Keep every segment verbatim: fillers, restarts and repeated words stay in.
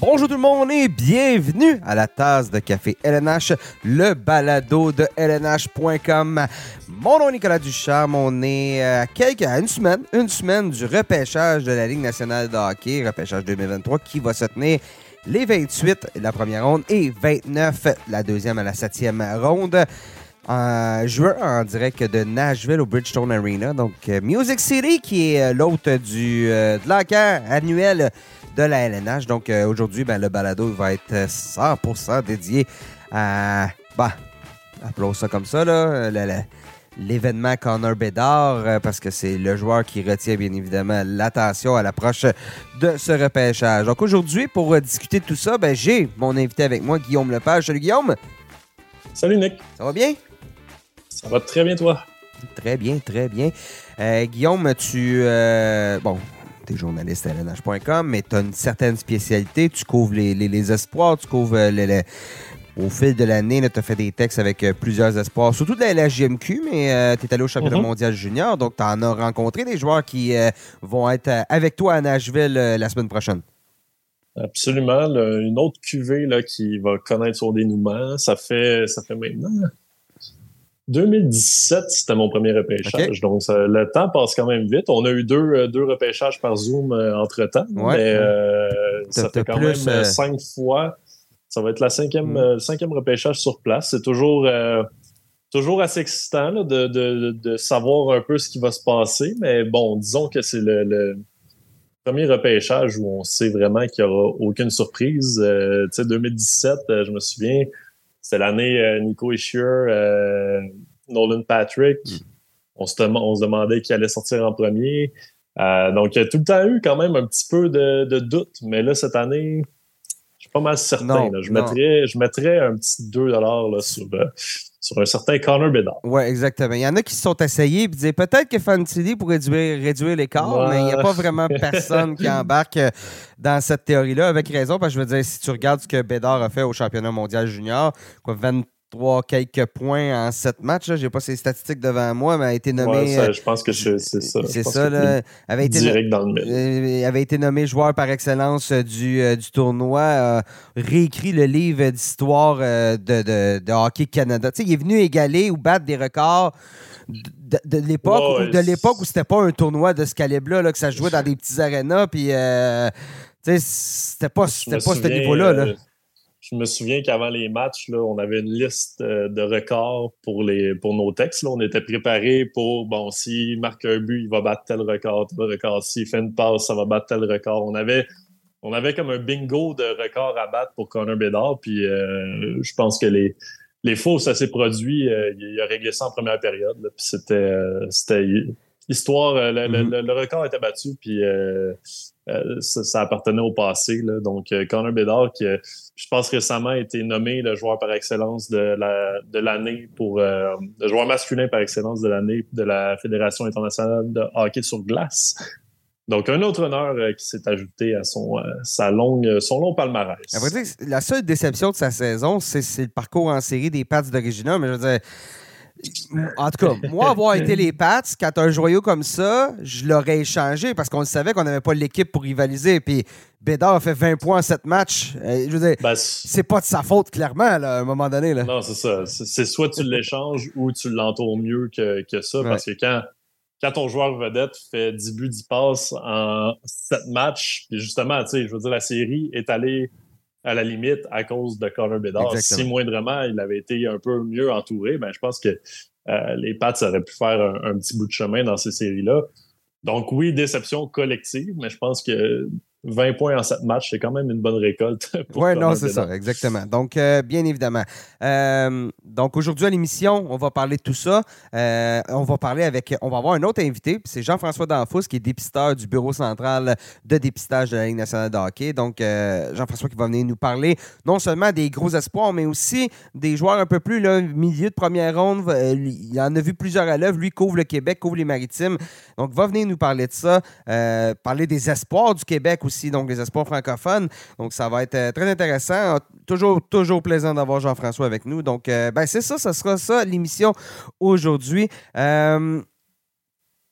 Bonjour tout le monde et bienvenue à la tasse de café L N H, le balado de L N H point com. Mon nom est Nicolas Ducharme, on est à, quelques, à une semaine, une semaine du repêchage de la Ligue nationale de hockey, repêchage deux mille vingt-trois, qui va se tenir les vingt-huit, la première ronde, et vingt-neuf, la deuxième à la septième ronde. En juin, en direct de Nashville au Bridgestone Arena. Donc, euh, Music City, qui est euh, l'hôte du, euh, de l'enquête annuel de la L N H. Donc, euh, aujourd'hui, ben, le balado va être cent pour cent dédié à, bah, appelons ça comme ça, là, le, le, l'événement Connor Bedard, euh, parce que c'est le joueur qui retient, bien évidemment, l'attention à l'approche de ce repêchage. Donc, aujourd'hui, pour euh, discuter de tout ça, ben, j'ai mon invité avec moi, Guillaume Lepage. Salut, Guillaume! Salut, Nick! Ça va bien? Ça va très bien, toi? Très bien, très bien. Euh, Guillaume, tu... Euh, bon, tu es journaliste à L N H point com, mais tu as une certaine spécialité. Tu couvres les, les, les espoirs, tu couvres euh, les, les, au fil de l'année, tu as fait des textes avec euh, plusieurs espoirs, surtout de la L H J M Q, mais euh, tu es allé au championnat mm-hmm. mondial junior, donc tu en as rencontré des joueurs qui euh, vont être euh, avec toi à Nashville euh, la semaine prochaine. Absolument. Là, une autre cuvée là, qui va connaître son dénouement. Ça fait, ça fait maintenant... deux mille dix-sept, c'était mon premier repêchage. Okay. Donc, ça, le temps passe quand même vite. On a eu deux, deux repêchages par Zoom euh, entre-temps. Ouais. Mais euh, ça fait quand plus, même euh... cinq fois. Ça va être la cinquième, mm. euh, le cinquième repêchage sur place. C'est toujours, euh, toujours assez excitant là, de, de, de savoir un peu ce qui va se passer. Mais bon, disons que c'est le... le premier repêchage où on sait vraiment qu'il n'y aura aucune surprise. Euh, tu sais, deux mille dix-sept, euh, je me souviens, c'était l'année euh, Nico Hischier, euh, Nolan Patrick. Mm. On, se dem- on se demandait qui allait sortir en premier. Euh, donc, il y a tout le temps eu quand même un petit peu de, de doute. Mais là, cette année, je suis pas mal certain. Non, là. Je, mettrais, je mettrais un petit deux dollars là, sur... Euh, sur un certain Connor Bedard. Oui, exactement. Il y en a qui se sont essayés et disaient peut-être que Fantilli pourrait réduire, réduire l'écart, ouais. mais il n'y a pas vraiment personne qui embarque dans cette théorie-là, avec raison, parce que je veux dire, si tu regardes ce que Bedard a fait au championnat mondial junior, quoi, vingt-trois quelques points en sept matchs, je n'ai pas ses statistiques devant moi, mais a été nommé... Ouais, ça, je pense que c'est, c'est ça. C'est ça, là. Avait été direct dans le mille. Euh, avait été nommé joueur par excellence du, euh, du tournoi, euh, réécrit le livre d'histoire euh, de, de, de Hockey Canada. Tu sais, il est venu égaler ou battre des records de, de, de l'époque, oh, ouais, ou de l'époque où c'était pas un tournoi de ce calibre-là, là, que ça se jouait dans des petits arénas, puis euh, tu sais, c'était pas, c'était pas ce niveau-là, là. Euh... Je me souviens qu'avant les matchs, là, on avait une liste euh, de records pour, les, pour nos textes. Là. On était préparés pour, bon, s'il marque un but, il va battre tel record, tel record. S'il fait une passe, ça va battre tel record. On avait, on avait comme un bingo de records à battre pour Connor Bedard. Puis euh, je pense que les, les faux, ça s'est produit. Euh, il a réglé ça en première période. Là, puis c'était, euh, c'était histoire. Euh, le, mm-hmm. le, le record était battu. Puis euh, euh, ça, ça appartenait au passé. Là. Donc, euh, Connor Bedard, qui, euh, je pense récemment, a été nommé le joueur par excellence de, la, de l'année pour euh, le joueur masculin par excellence de l'année de la Fédération internationale de hockey sur glace. Donc, un autre honneur euh, qui s'est ajouté à son, euh, sa longue, son long palmarès. À vrai dire, la seule déception de sa saison, c'est, c'est le parcours en série des Pats d'Origina, mais je veux dire... En tout cas, moi, avoir été les Pats, quand tu as un joyau comme ça, je l'aurais échangé parce qu'on savait qu'on n'avait pas l'équipe pour rivaliser. Puis Bedard a fait vingt points en sept matchs. Je veux dire, ben, c'est pas de sa faute, clairement, là, à un moment donné. Là. Non, c'est ça. C'est, c'est soit tu l'échanges ou tu l'entoures mieux que, que ça. Ouais. Parce que quand, quand ton joueur vedette fait dix buts, dix passes en sept matchs, puis justement, tu sais, je veux dire, la série est allée à la limite à cause de Connor Bedard. Exactement. Si moindrement il avait été un peu mieux entouré, ben je pense que euh, les Pats auraient pu faire un, un petit bout de chemin dans ces séries-là. Donc oui, déception collective, mais je pense que vingt points en sept matchs, c'est quand même une bonne récolte. Oui, non, c'est Bedard. Ça, exactement. Donc, euh, bien évidemment. Euh, donc, aujourd'hui à l'émission, on va parler de tout ça. Euh, on va parler avec, on va avoir un autre invité, puis c'est Jean-François Danfous, qui est dépisteur du Bureau central de dépistage de la Ligue nationale de hockey. Donc, euh, Jean-François qui va venir nous parler non seulement des gros espoirs, mais aussi des joueurs un peu plus là, milieu de première ronde. Euh, il en a vu plusieurs à l'œuvre. Lui couvre le Québec, couvre les Maritimes. Donc, va venir nous parler de ça, euh, parler des espoirs du Québec aussi, donc les espoirs francophones. Donc, ça va être euh, très intéressant. Toujours, toujours plaisant d'avoir Jean-François avec nous. Donc, euh, ben, c'est ça, ça sera ça l'émission aujourd'hui. Euh,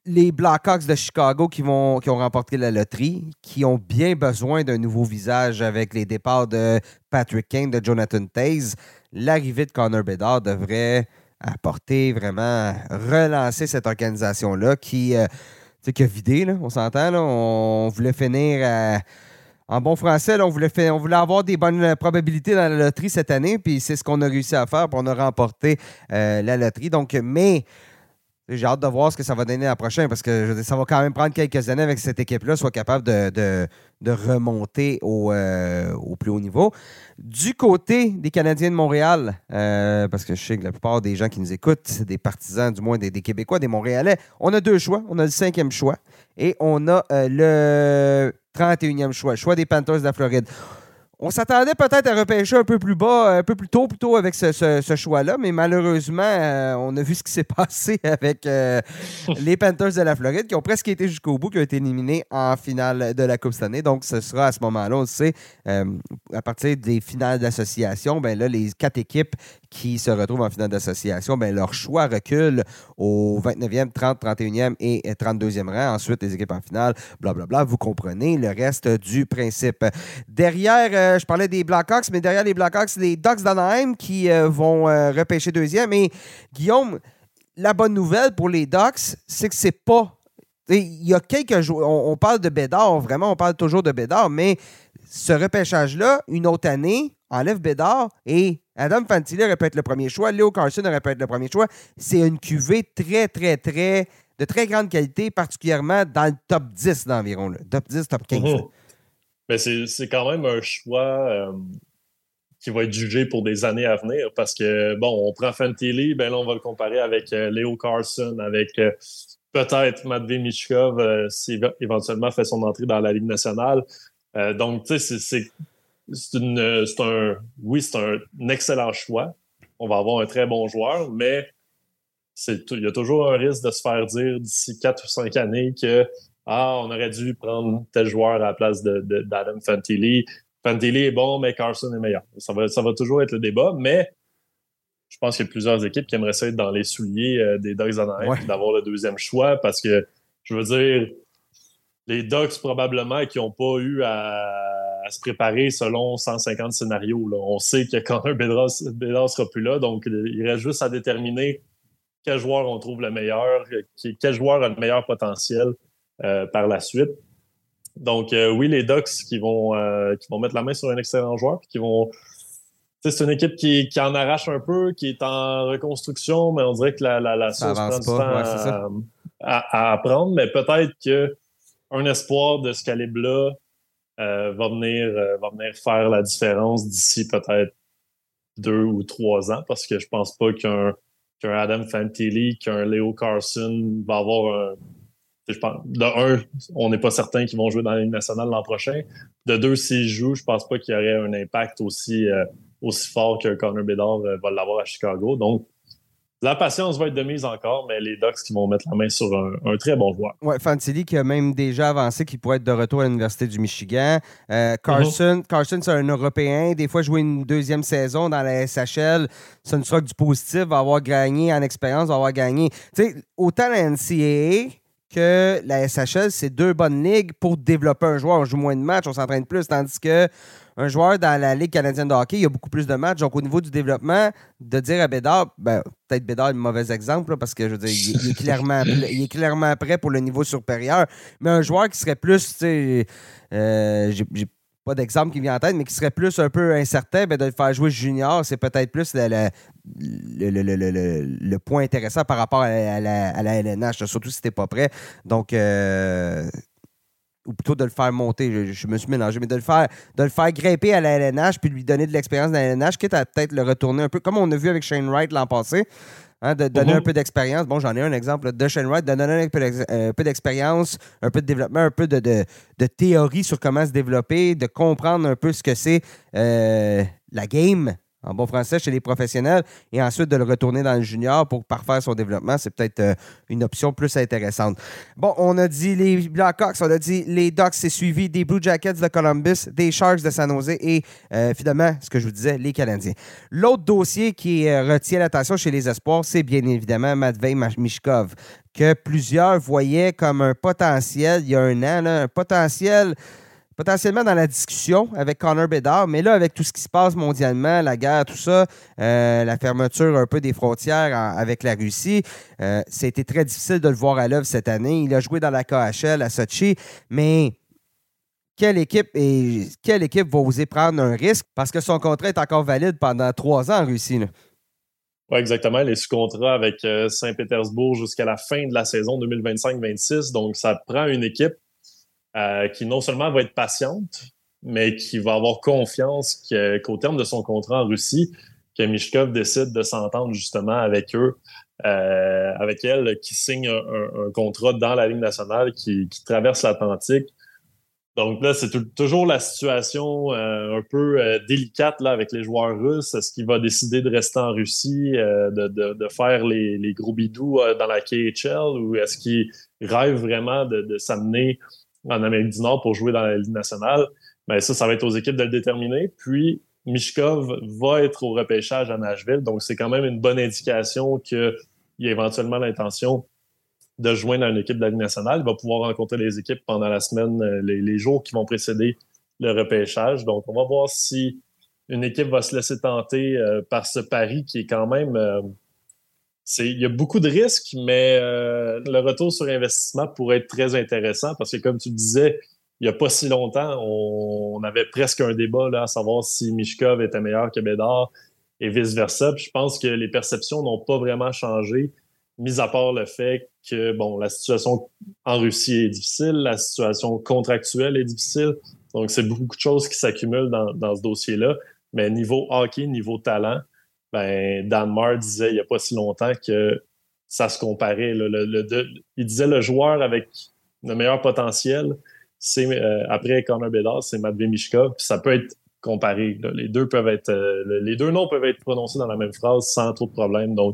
les Blackhawks de Chicago qui, vont, qui ont remporté la loterie, qui ont bien besoin d'un nouveau visage avec les départs de Patrick Kane, de Jonathan Toews. L'arrivée de Connor Bedard devrait apporter vraiment, relancer cette organisation-là qui, euh, qui a vidé, là, on s'entend. Là, on voulait finir à... En bon français, là, on, voulait faire, on voulait avoir des bonnes probabilités dans la loterie cette année, puis c'est ce qu'on a réussi à faire, puis on a remporté euh, la loterie. Donc, mais j'ai hâte de voir ce que ça va donner l'an prochain, parce que je veux dire, ça va quand même prendre quelques années avec cette équipe-là, soit capable de, de, de remonter au, euh, au plus haut niveau. Du côté des Canadiens de Montréal, euh, parce que je sais que la plupart des gens qui nous écoutent, c'est des partisans, du moins des, des Québécois, des Montréalais, on a deux choix. On a le cinquième choix et on a euh, le trente et unième choix, le choix des Panthers de la Floride. On s'attendait peut-être à repêcher un peu plus bas, un peu plus tôt plutôt avec ce, ce, ce choix-là, mais malheureusement, euh, on a vu ce qui s'est passé avec euh, les Panthers de la Floride qui ont presque été jusqu'au bout, qui ont été éliminés en finale de la Coupe cette année. Donc, ce sera à ce moment-là, on le sait, euh, à partir des finales d'association, ben là, les quatre équipes qui se retrouvent en finale d'association, ben leur choix recule au vingt-neuvième, trente, trente et unième et trente-deuxième rang. Ensuite, les équipes en finale, blablabla. Vous comprenez le reste du principe. Derrière, euh, je parlais des Blackhawks, mais derrière les Blackhawks, les Ducks d'Anaheim qui euh, vont euh, repêcher deuxième. Et Guillaume, la bonne nouvelle pour les Ducks, c'est que c'est pas... Il y a quelques jours, on, on parle de Bédard, vraiment, on parle toujours de Bédard, mais ce repêchage-là, une autre année, enlève Bédard et Adam Fantilli aurait pu être le premier choix, Leo Carlsson aurait pu être le premier choix. C'est une cuvée très, très, très, de très grande qualité, particulièrement dans le top dix d'environ, là. Top dix, top quinze. Mm-hmm. Mais c'est, c'est quand même un choix euh, qui va être jugé pour des années à venir parce que, bon, on prend Fantilli, ben là, on va le comparer avec euh, Leo Carlsson, avec euh, peut-être Matvei Michkov, euh, s'il éventuellement fait son entrée dans la Ligue nationale. Euh, donc, tu sais, c'est, c'est, c'est, une, c'est un... Oui, c'est un, un excellent choix. On va avoir un très bon joueur, mais c'est, il y a toujours un risque de se faire dire d'ici quatre ou cinq années que ah, on aurait dû prendre tel joueur à la place de, de, d'Adam Fantilli. Fantilli est bon, mais Carlsson est meilleur. Ça va, ça va toujours être le débat, mais je pense qu'il y a plusieurs équipes qui aimeraient ça être dans les souliers euh, des Ducks d'Anaheim, ouais. D'avoir le deuxième choix, parce que, je veux dire, les Ducks, probablement, qui n'ont pas eu à, à se préparer selon cent cinquante scénarios. Là. On sait que quand un Bédard ne sera plus là, donc il reste juste à déterminer quel joueur on trouve le meilleur, quel joueur a le meilleur potentiel euh, par la suite. Donc, euh, oui, les Ducks qui vont, euh, qui vont mettre la main sur un excellent joueur, puis qui vont... T'sais, c'est une équipe qui, qui en arrache un peu, qui est en reconstruction, mais on dirait que la, la, la sauce prend du temps ouais, à, à, à apprendre. Mais peut-être qu'un espoir de ce calibre-là euh, va, venir, euh, va venir faire la différence d'ici peut-être deux ou trois ans, parce que je pense pas qu'un, qu'un Adam Fantilli, qu'un Leo Carlsson va avoir un... Je pense, de un, on n'est pas certain qu'ils vont jouer dans la Ligue nationale l'an prochain. De deux, s'ils jouent, je pense pas qu'il y aurait un impact aussi... Euh, aussi fort que Connor Bedard euh, va l'avoir à Chicago. Donc, la patience va être de mise encore, mais les Ducks qui vont mettre la main sur un, un très bon joueur. Oui, Fantilli qui a même déjà avancé qu'il pourrait être de retour à l'Université du Michigan. Euh, Carlsson, mm-hmm. Carlsson, c'est un Européen. Des fois, jouer une deuxième saison dans la S H L, ça ne sera que du positif, va avoir gagné en expérience, va avoir gagné. Tu sais, autant la N C A A que la S H L, c'est deux bonnes ligues pour développer un joueur. On joue moins de matchs, on s'entraîne plus, tandis que un joueur dans la Ligue canadienne de hockey, il y a beaucoup plus de matchs. Donc, au niveau du développement, de dire à Bédard, ben, peut-être Bédard est un mauvais exemple, là, parce que je veux dire, il, il, est clairement, il est clairement prêt pour le niveau supérieur. Mais un joueur qui serait plus, tu sais, euh, j'ai, j'ai pas d'exemple qui vient en tête, mais qui serait plus un peu incertain, ben, de le faire jouer junior, c'est peut-être plus la, la, le, le, le, le, le point intéressant par rapport à la, à la, à la L N H, là, surtout si t'es pas prêt. Donc, euh, ou plutôt de le faire monter, je, je me suis mélangé, mais de le faire de le faire grimper à la L N H puis de lui donner de l'expérience dans la L N H, quitte à peut-être le retourner un peu, comme on a vu avec Shane Wright l'an passé, hein, de donner mm-hmm. un peu d'expérience. Bon, j'en ai un exemple là, de Shane Wright, de donner un peu, un peu d'expérience, un peu de développement, un peu de, de, de théorie sur comment se développer, de comprendre un peu ce que c'est euh, la game en bon français, chez les professionnels, et ensuite de le retourner dans le junior pour parfaire son développement, c'est peut-être euh, une option plus intéressante. Bon, on a dit les Blackhawks, on a dit les Ducks, c'est suivi des Blue Jackets de Columbus, des Sharks de San Jose et euh, finalement, ce que je vous disais, les Canadiens. L'autre dossier qui euh, retient l'attention chez les espoirs, c'est bien évidemment Matvei Michkov, que plusieurs voyaient comme un potentiel, il y a un an, là, un potentiel... potentiellement dans la discussion avec Connor Bedard, mais là, avec tout ce qui se passe mondialement, la guerre, tout ça, euh, la fermeture un peu des frontières en, avec la Russie, euh, ça a été très difficile de le voir à l'œuvre cette année. Il a joué dans la K H L à Sochi, mais quelle équipe, est, quelle équipe va oser prendre un risque parce que son contrat est encore valide pendant trois ans en Russie, là? Oui, exactement. Il est sous contrat avec euh, Saint-Pétersbourg jusqu'à la fin de la saison deux mille vingt-cinq vingt-six, donc ça prend une équipe Euh, qui non seulement va être patiente, mais qui va avoir confiance que, qu'au terme de son contrat en Russie, que Michkov décide de s'entendre justement avec eux, euh, avec elle, qui signe un, un, un contrat dans la Ligue nationale, qui, qui traverse l'Atlantique. Donc là, c'est tout, toujours la situation euh, un peu euh, délicate là, avec les joueurs russes. Est-ce qu'il va décider de rester en Russie, euh, de, de, de faire les, les gros bidous euh, dans la K H L, ou est-ce qu'il rêve vraiment de, de s'amener en Amérique du Nord pour jouer dans la Ligue nationale? Bien, ça, ça va être aux équipes de le déterminer. Puis, Michkov va être au repêchage à Nashville. Donc, c'est quand même une bonne indication qu'il y a éventuellement l'intention de joindre une équipe de la Ligue nationale. Il va pouvoir rencontrer les équipes pendant la semaine, les, les jours qui vont précéder le repêchage. Donc, on va voir si une équipe va se laisser tenter euh, par ce pari qui est quand même... Euh, C'est, il y a beaucoup de risques, mais euh, le retour sur investissement pourrait être très intéressant parce que, comme tu le disais, il n'y a pas si longtemps, on, on avait presque un débat là, à savoir si Michkov était meilleur que Bédard et vice-versa. Puis je pense que les perceptions n'ont pas vraiment changé, mis à part le fait que bon, la situation en Russie est difficile, la situation contractuelle est difficile. Donc, c'est beaucoup de choses qui s'accumulent dans, dans ce dossier-là. Mais niveau hockey, niveau talent, ben, Dan Marr disait il n'y a pas si longtemps que ça se comparait. Là, le, le, le, il disait le joueur avec le meilleur potentiel, c'est euh, après Connor Bedard, c'est Matvei Michkov, puis ça peut être comparé. Là. Les deux peuvent être euh, les deux noms peuvent être prononcés dans la même phrase sans trop de problème. Donc,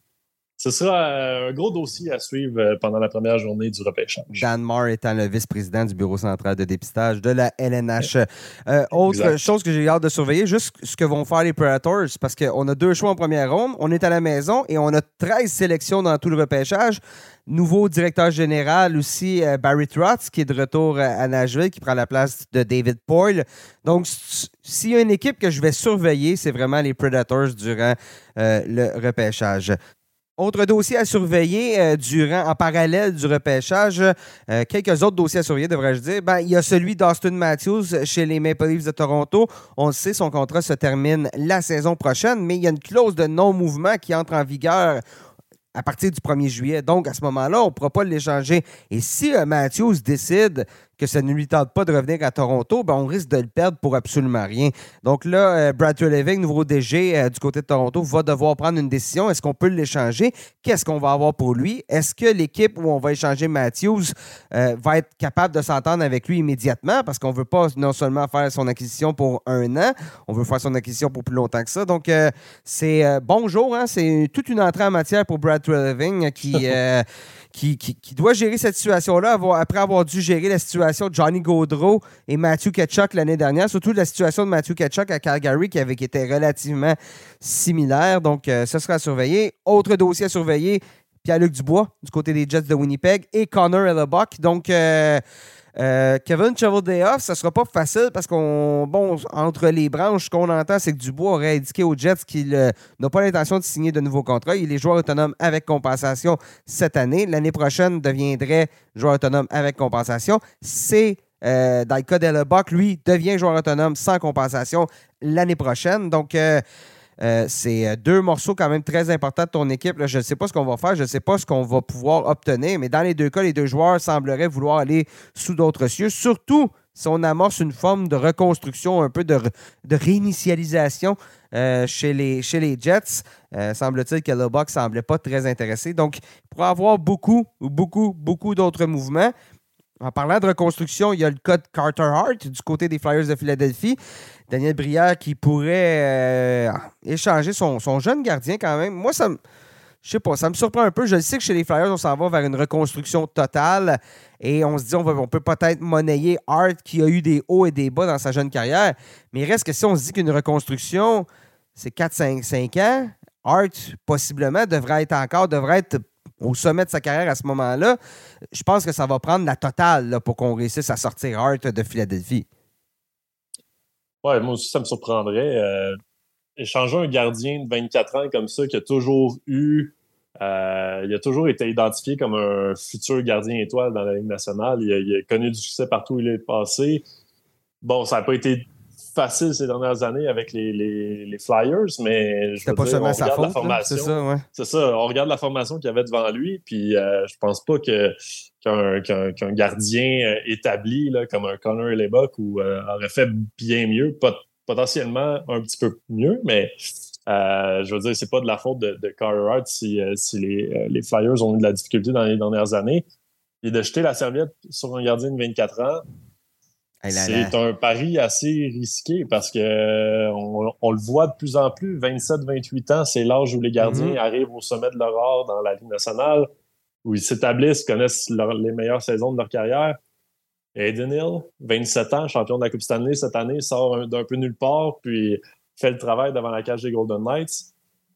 ce sera un gros dossier à suivre pendant la première journée du repêchage. Dan Marr étant le vice-président du Bureau central de dépistage de la L N H. Euh, autre exact. Chose que j'ai hâte de surveiller, juste ce que vont faire les Predators, parce qu'on a deux choix en première ronde, on est à la maison et on a treize sélections dans tout le repêchage. Nouveau directeur général aussi, euh, Barry Trotz, qui est de retour à Nashville, qui prend la place de David Poile. Donc, s'il y a une équipe que je vais surveiller, c'est vraiment les Predators durant euh, le repêchage. Autre dossier à surveiller euh, durant, en parallèle du repêchage, euh, quelques autres dossiers à surveiller, devrais-je dire. Ben, il y a celui d'Auston Matthews chez les Maple Leafs de Toronto. On le sait, son contrat se termine la saison prochaine, mais il y a une clause de non-mouvement qui entre en vigueur à partir du premier juillet. Donc, à ce moment-là, on ne pourra pas l'échanger. Et si euh, Matthews décide que ça ne lui tente pas de revenir à Toronto, ben on risque de le perdre pour absolument rien. Donc là, euh, Brad Treliving, nouveau D G euh, du côté de Toronto, va devoir prendre une décision. Est-ce qu'on peut l'échanger? Qu'est-ce qu'on va avoir pour lui? Est-ce que l'équipe où on va échanger Matthews euh, va être capable de s'entendre avec lui immédiatement? Parce qu'on ne veut pas non seulement faire son acquisition pour un an, on veut faire son acquisition pour plus longtemps que ça. Donc, euh, c'est euh, bonjour, hein? C'est toute une entrée en matière pour Brad Treliving qui... Euh, Qui, qui, qui doit gérer cette situation-là avoir, après avoir dû gérer la situation de Johnny Gaudreau et Matthew Tkachuk l'année dernière, surtout la situation de Matthew Tkachuk à Calgary qui avait été relativement similaire. Donc, euh, ça sera à surveiller. Autre dossier à surveiller, Pierre-Luc Dubois du côté des Jets de Winnipeg et Connor Hellebuck. Donc, euh, Euh, Kevin Cheveldayoff, ça ne sera pas facile parce qu'on, bon, entre les branches, ce qu'on entend, c'est que Dubois aurait indiqué aux Jets qu'il euh, n'a pas l'intention de signer de nouveaux contrats. Il est joueur autonome avec compensation cette année. L'année prochaine deviendrait joueur autonome avec compensation. C'est, euh, dans le cas d'Hellebuck, lui, devient joueur autonome sans compensation l'année prochaine. Donc, euh, Euh, c'est deux morceaux quand même très importants de ton équipe. Là, je ne sais pas ce qu'on va faire, je ne sais pas ce qu'on va pouvoir obtenir, mais dans les deux cas, les deux joueurs sembleraient vouloir aller sous d'autres cieux, surtout si on amorce une forme de reconstruction, un peu de, de réinitialisation euh, chez, les, chez les Jets. Euh, semble-t-il que Hellebuck ne semblait pas très intéressé. Donc, il pourrait y avoir beaucoup, beaucoup, beaucoup d'autres mouvements. En parlant de reconstruction, il y a le cas de Carter Hart du côté des Flyers de Philadelphie. Daniel Brière qui pourrait euh, échanger son, son jeune gardien quand même. Moi, ça me... Je sais pas, ça me surprend un peu. Je sais que chez les Flyers, on s'en va vers une reconstruction totale et on se dit on, va, on peut peut-être monnayer Hart qui a eu des hauts et des bas dans sa jeune carrière. Mais il reste que si on se dit qu'une reconstruction, c'est quatre cinq ans, Hart, possiblement, devrait être encore, devrait être au sommet de sa carrière à ce moment-là. Je pense que ça va prendre la totale là, pour qu'on réussisse à sortir Hart de Philadelphie. Ouais, moi aussi, ça me surprendrait. Euh, échanger un gardien de vingt-quatre ans comme ça, qui a toujours eu... Euh, il a toujours été identifié comme un futur gardien étoile dans la Ligue nationale. Il a, il a connu du succès partout où il est passé. Bon, ça n'a pas été facile ces dernières années avec les, les, les Flyers, mais je veux pas dire, on sa regarde faute, la formation. C'est ça, ouais. C'est ça, on regarde la formation qu'il y avait devant lui, puis euh, je pense pas que qu'un, qu'un, qu'un gardien établi là, comme un Connor Hellebuyck ou euh, aurait fait bien mieux, pot- potentiellement un petit peu mieux, mais euh, je veux dire, c'est pas de la faute de, de Carter Hart si, euh, si les, euh, les Flyers ont eu de la difficulté dans les dernières années. Et de jeter la serviette sur un gardien de vingt-quatre ans, Hey là là. C'est un pari assez risqué parce que euh, on, on le voit de plus en plus. vingt-sept vingt-huit ans, c'est l'âge où les gardiens mm-hmm. arrivent au sommet de leur art dans la Ligue nationale, où ils s'établissent, connaissent leur, les meilleures saisons de leur carrière. Adin Hill, vingt-sept ans, champion de la Coupe Stanley cette année, sort un, d'un peu nulle part, puis fait le travail devant la cage des Golden Knights.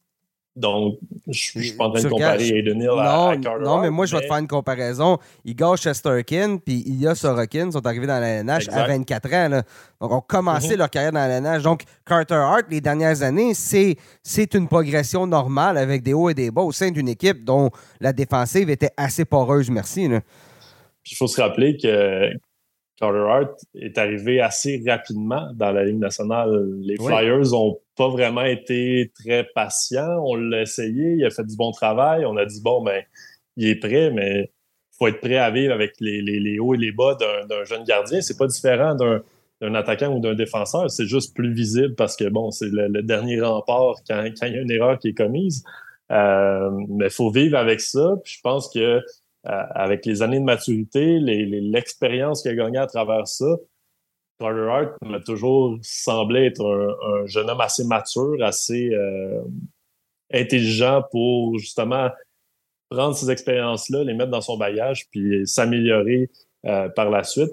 Donc, je ne suis pas en train de comparer Adin Hill à, à Carter Non, mais Hart, moi, je vais mais... te faire une comparaison. Igor Shesterkin puis Ilya Sorokin sont arrivés dans la L N H exact. À vingt-quatre ans. Là. Donc, ont commencé mm-hmm. leur carrière dans la L N H. Donc, Carter Hart, les dernières années, c'est, c'est une progression normale avec des hauts et des bas au sein d'une équipe dont la défensive était assez poreuse. Merci. Là. Puis, il faut se rappeler que Carter Hart est arrivé assez rapidement dans la Ligue nationale. Les oui. Flyers n'ont pas vraiment été très patients. On l'a essayé, il a fait du bon travail. On a dit, bon, ben, il est prêt, mais il faut être prêt à vivre avec les, les, les hauts et les bas d'un, d'un jeune gardien. C'est pas différent d'un, d'un attaquant ou d'un défenseur. C'est juste plus visible parce que, bon, c'est le, le dernier rempart quand, quand il y a une erreur qui est commise. Euh, mais il faut vivre avec ça. Puis je pense que Euh, avec les années de maturité, les, les, l'expérience qu'il a gagnée à travers ça, Carter Hart m'a toujours semblé être un, un jeune homme assez mature, assez euh, intelligent pour justement prendre ces expériences-là, les mettre dans son bagage, puis s'améliorer euh, par la suite.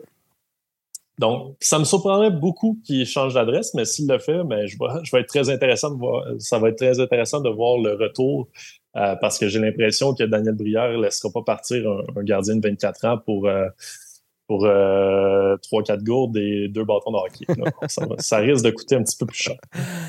Donc, ça me surprendrait beaucoup qu'il change d'adresse, mais s'il le fait, ben, je, vais, je vais être très intéressant de voir, ça va être très intéressant de voir le retour euh, parce que j'ai l'impression que Daniel Brière ne laissera pas partir un, un gardien de vingt-quatre ans pour, euh, pour euh, trois quatre gourdes et deux bâtons de hockey. ça, va, ça risque de coûter un petit peu plus cher.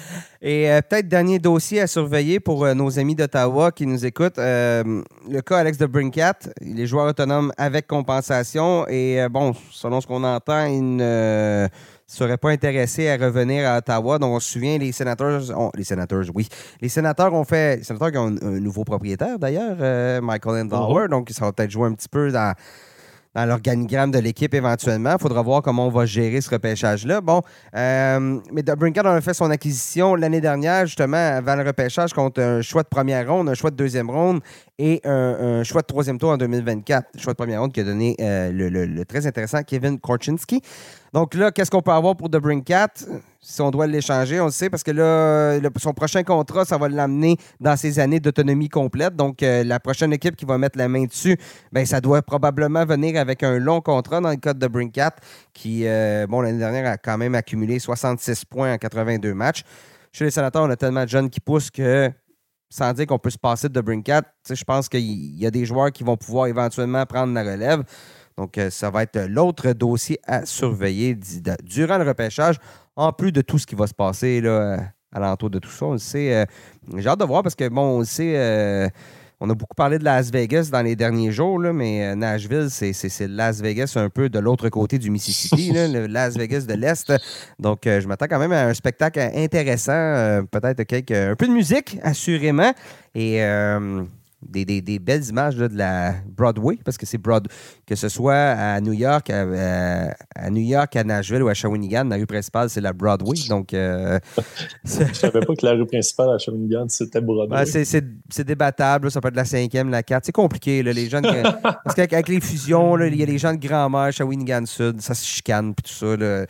Et euh, peut-être dernier dossier à surveiller pour euh, nos amis d'Ottawa qui nous écoutent. Euh, le cas Alex DeBrincat, il est joueur autonome avec compensation et euh, bon, selon ce qu'on entend, il ne euh, serait pas intéressé à revenir à Ottawa. Donc on se souvient, les sénateurs, ont, les sénateurs, oui, les sénateurs ont fait, les sénateurs qui ont un, un nouveau propriétaire d'ailleurs, euh, Michael Andlauer, mm-hmm. donc ça va peut-être jouer un petit peu dans dans l'organigramme de l'équipe éventuellement. Il faudra voir comment on va gérer ce repêchage-là. Bon, euh, mais DeBrincat a fait son acquisition l'année dernière, justement, avant le repêchage, contre un choix de première ronde, un choix de deuxième ronde et un, un choix de troisième tour en deux mille vingt-quatre. Le choix de première ronde qui a donné euh, le, le, le très intéressant Kevin Korchinski. Donc là, qu'est-ce qu'on peut avoir pour DeBrincat? Si on doit l'échanger, on le sait, parce que là, le, son prochain contrat, ça va l'amener dans ses années d'autonomie complète. Donc, euh, la prochaine équipe qui va mettre la main dessus, ben, ça doit probablement venir avec un long contrat dans le cas de DeBrincat, qui, euh, bon, l'année dernière, a quand même accumulé soixante-six points en quatre-vingt-deux matchs. Chez les Sénateurs, on a tellement de jeunes qui poussent que, sans dire qu'on peut se passer de DeBrincat, je pense qu'il y a des joueurs qui vont pouvoir éventuellement prendre la relève. Donc, euh, ça va être l'autre dossier à surveiller d- d- durant le repêchage, en plus de tout ce qui va se passer là, alentour de tout ça. On le sait. Euh, j'ai hâte de voir parce que, bon, on le sait, euh, on a beaucoup parlé de Las Vegas dans les derniers jours, là, mais euh, Nashville, c'est, c'est, c'est Las Vegas un peu de l'autre côté du Mississippi, là, le Las Vegas de l'Est. Donc, euh, je m'attends quand même à un spectacle intéressant, euh, peut-être quelques, un peu de musique, assurément. Et... Euh, des, des, des belles images là, de la Broadway, parce que c'est Broad, que ce soit à New York, à, à New York, à Nashville ou à Shawinigan, la rue principale, c'est la Broadway. Donc, euh, je ne savais pas que la rue principale à Shawinigan, c'était Broadway. Ben, c'est, c'est, c'est débattable, là, ça peut être la cinquième, la quatre. C'est compliqué, là, les gens de, parce qu'avec avec les fusions, là, il y a les gens de Grand-Mère, Shawinigan Sud, ça se chicane, puis tout ça. Là.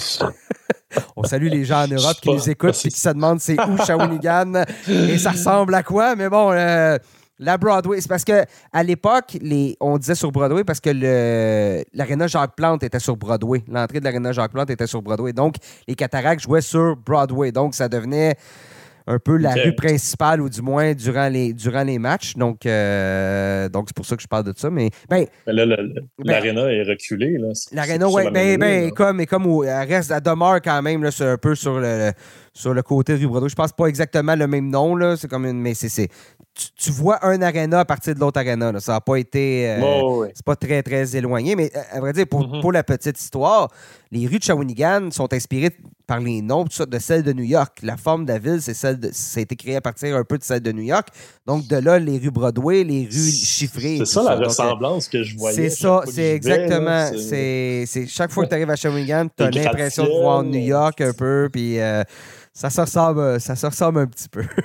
On salue les gens en Europe qui nous écoutent et qui se demandent c'est où Shawinigan et ça ressemble à quoi, mais bon, euh, la Broadway, c'est parce que à l'époque, les, on disait sur Broadway parce que le, l'aréna Jacques-Plante était sur Broadway. L'entrée de l'aréna Jacques-Plante était sur Broadway. Donc, les Cataractes jouaient sur Broadway. Donc, ça devenait un peu la okay. rue principale, ou du moins durant les, durant les matchs. Donc, euh, donc, c'est pour ça que je parle de ça. Mais, ben, mais là, le, le, ben, l'aréna est reculée. Là. C'est, l'aréna, oui. Ben, ben, comme, et comme au, elle reste, elle demeure quand même là, c'est un peu sur le, sur le côté de rue Broadway. Je pense pas exactement le même nom. Là. C'est comme une, mais c'est, c'est, tu, tu vois un aréna à partir de l'autre aréna. Là. Ça n'a pas été... Euh, oh, oui. C'est pas très, très éloigné. Mais à vrai dire, pour, mm-hmm. pour la petite histoire, les rues de Shawinigan sont inspirées par les noms tout ça, de celles de New York. La forme de la ville, c'est celle de, ça a été créé à partir un peu de celle de New York. Donc, de là, les rues Broadway, les rues chiffrées. C'est ça, ça la Donc, ressemblance que je voyais. C'est ça, c'est exactement. Là, c'est... C'est, c'est, chaque fois que tu arrives à Shawinigan, tu as l'impression de voir New York un peu, puis euh, ça, se ressemble, ça se ressemble un petit peu.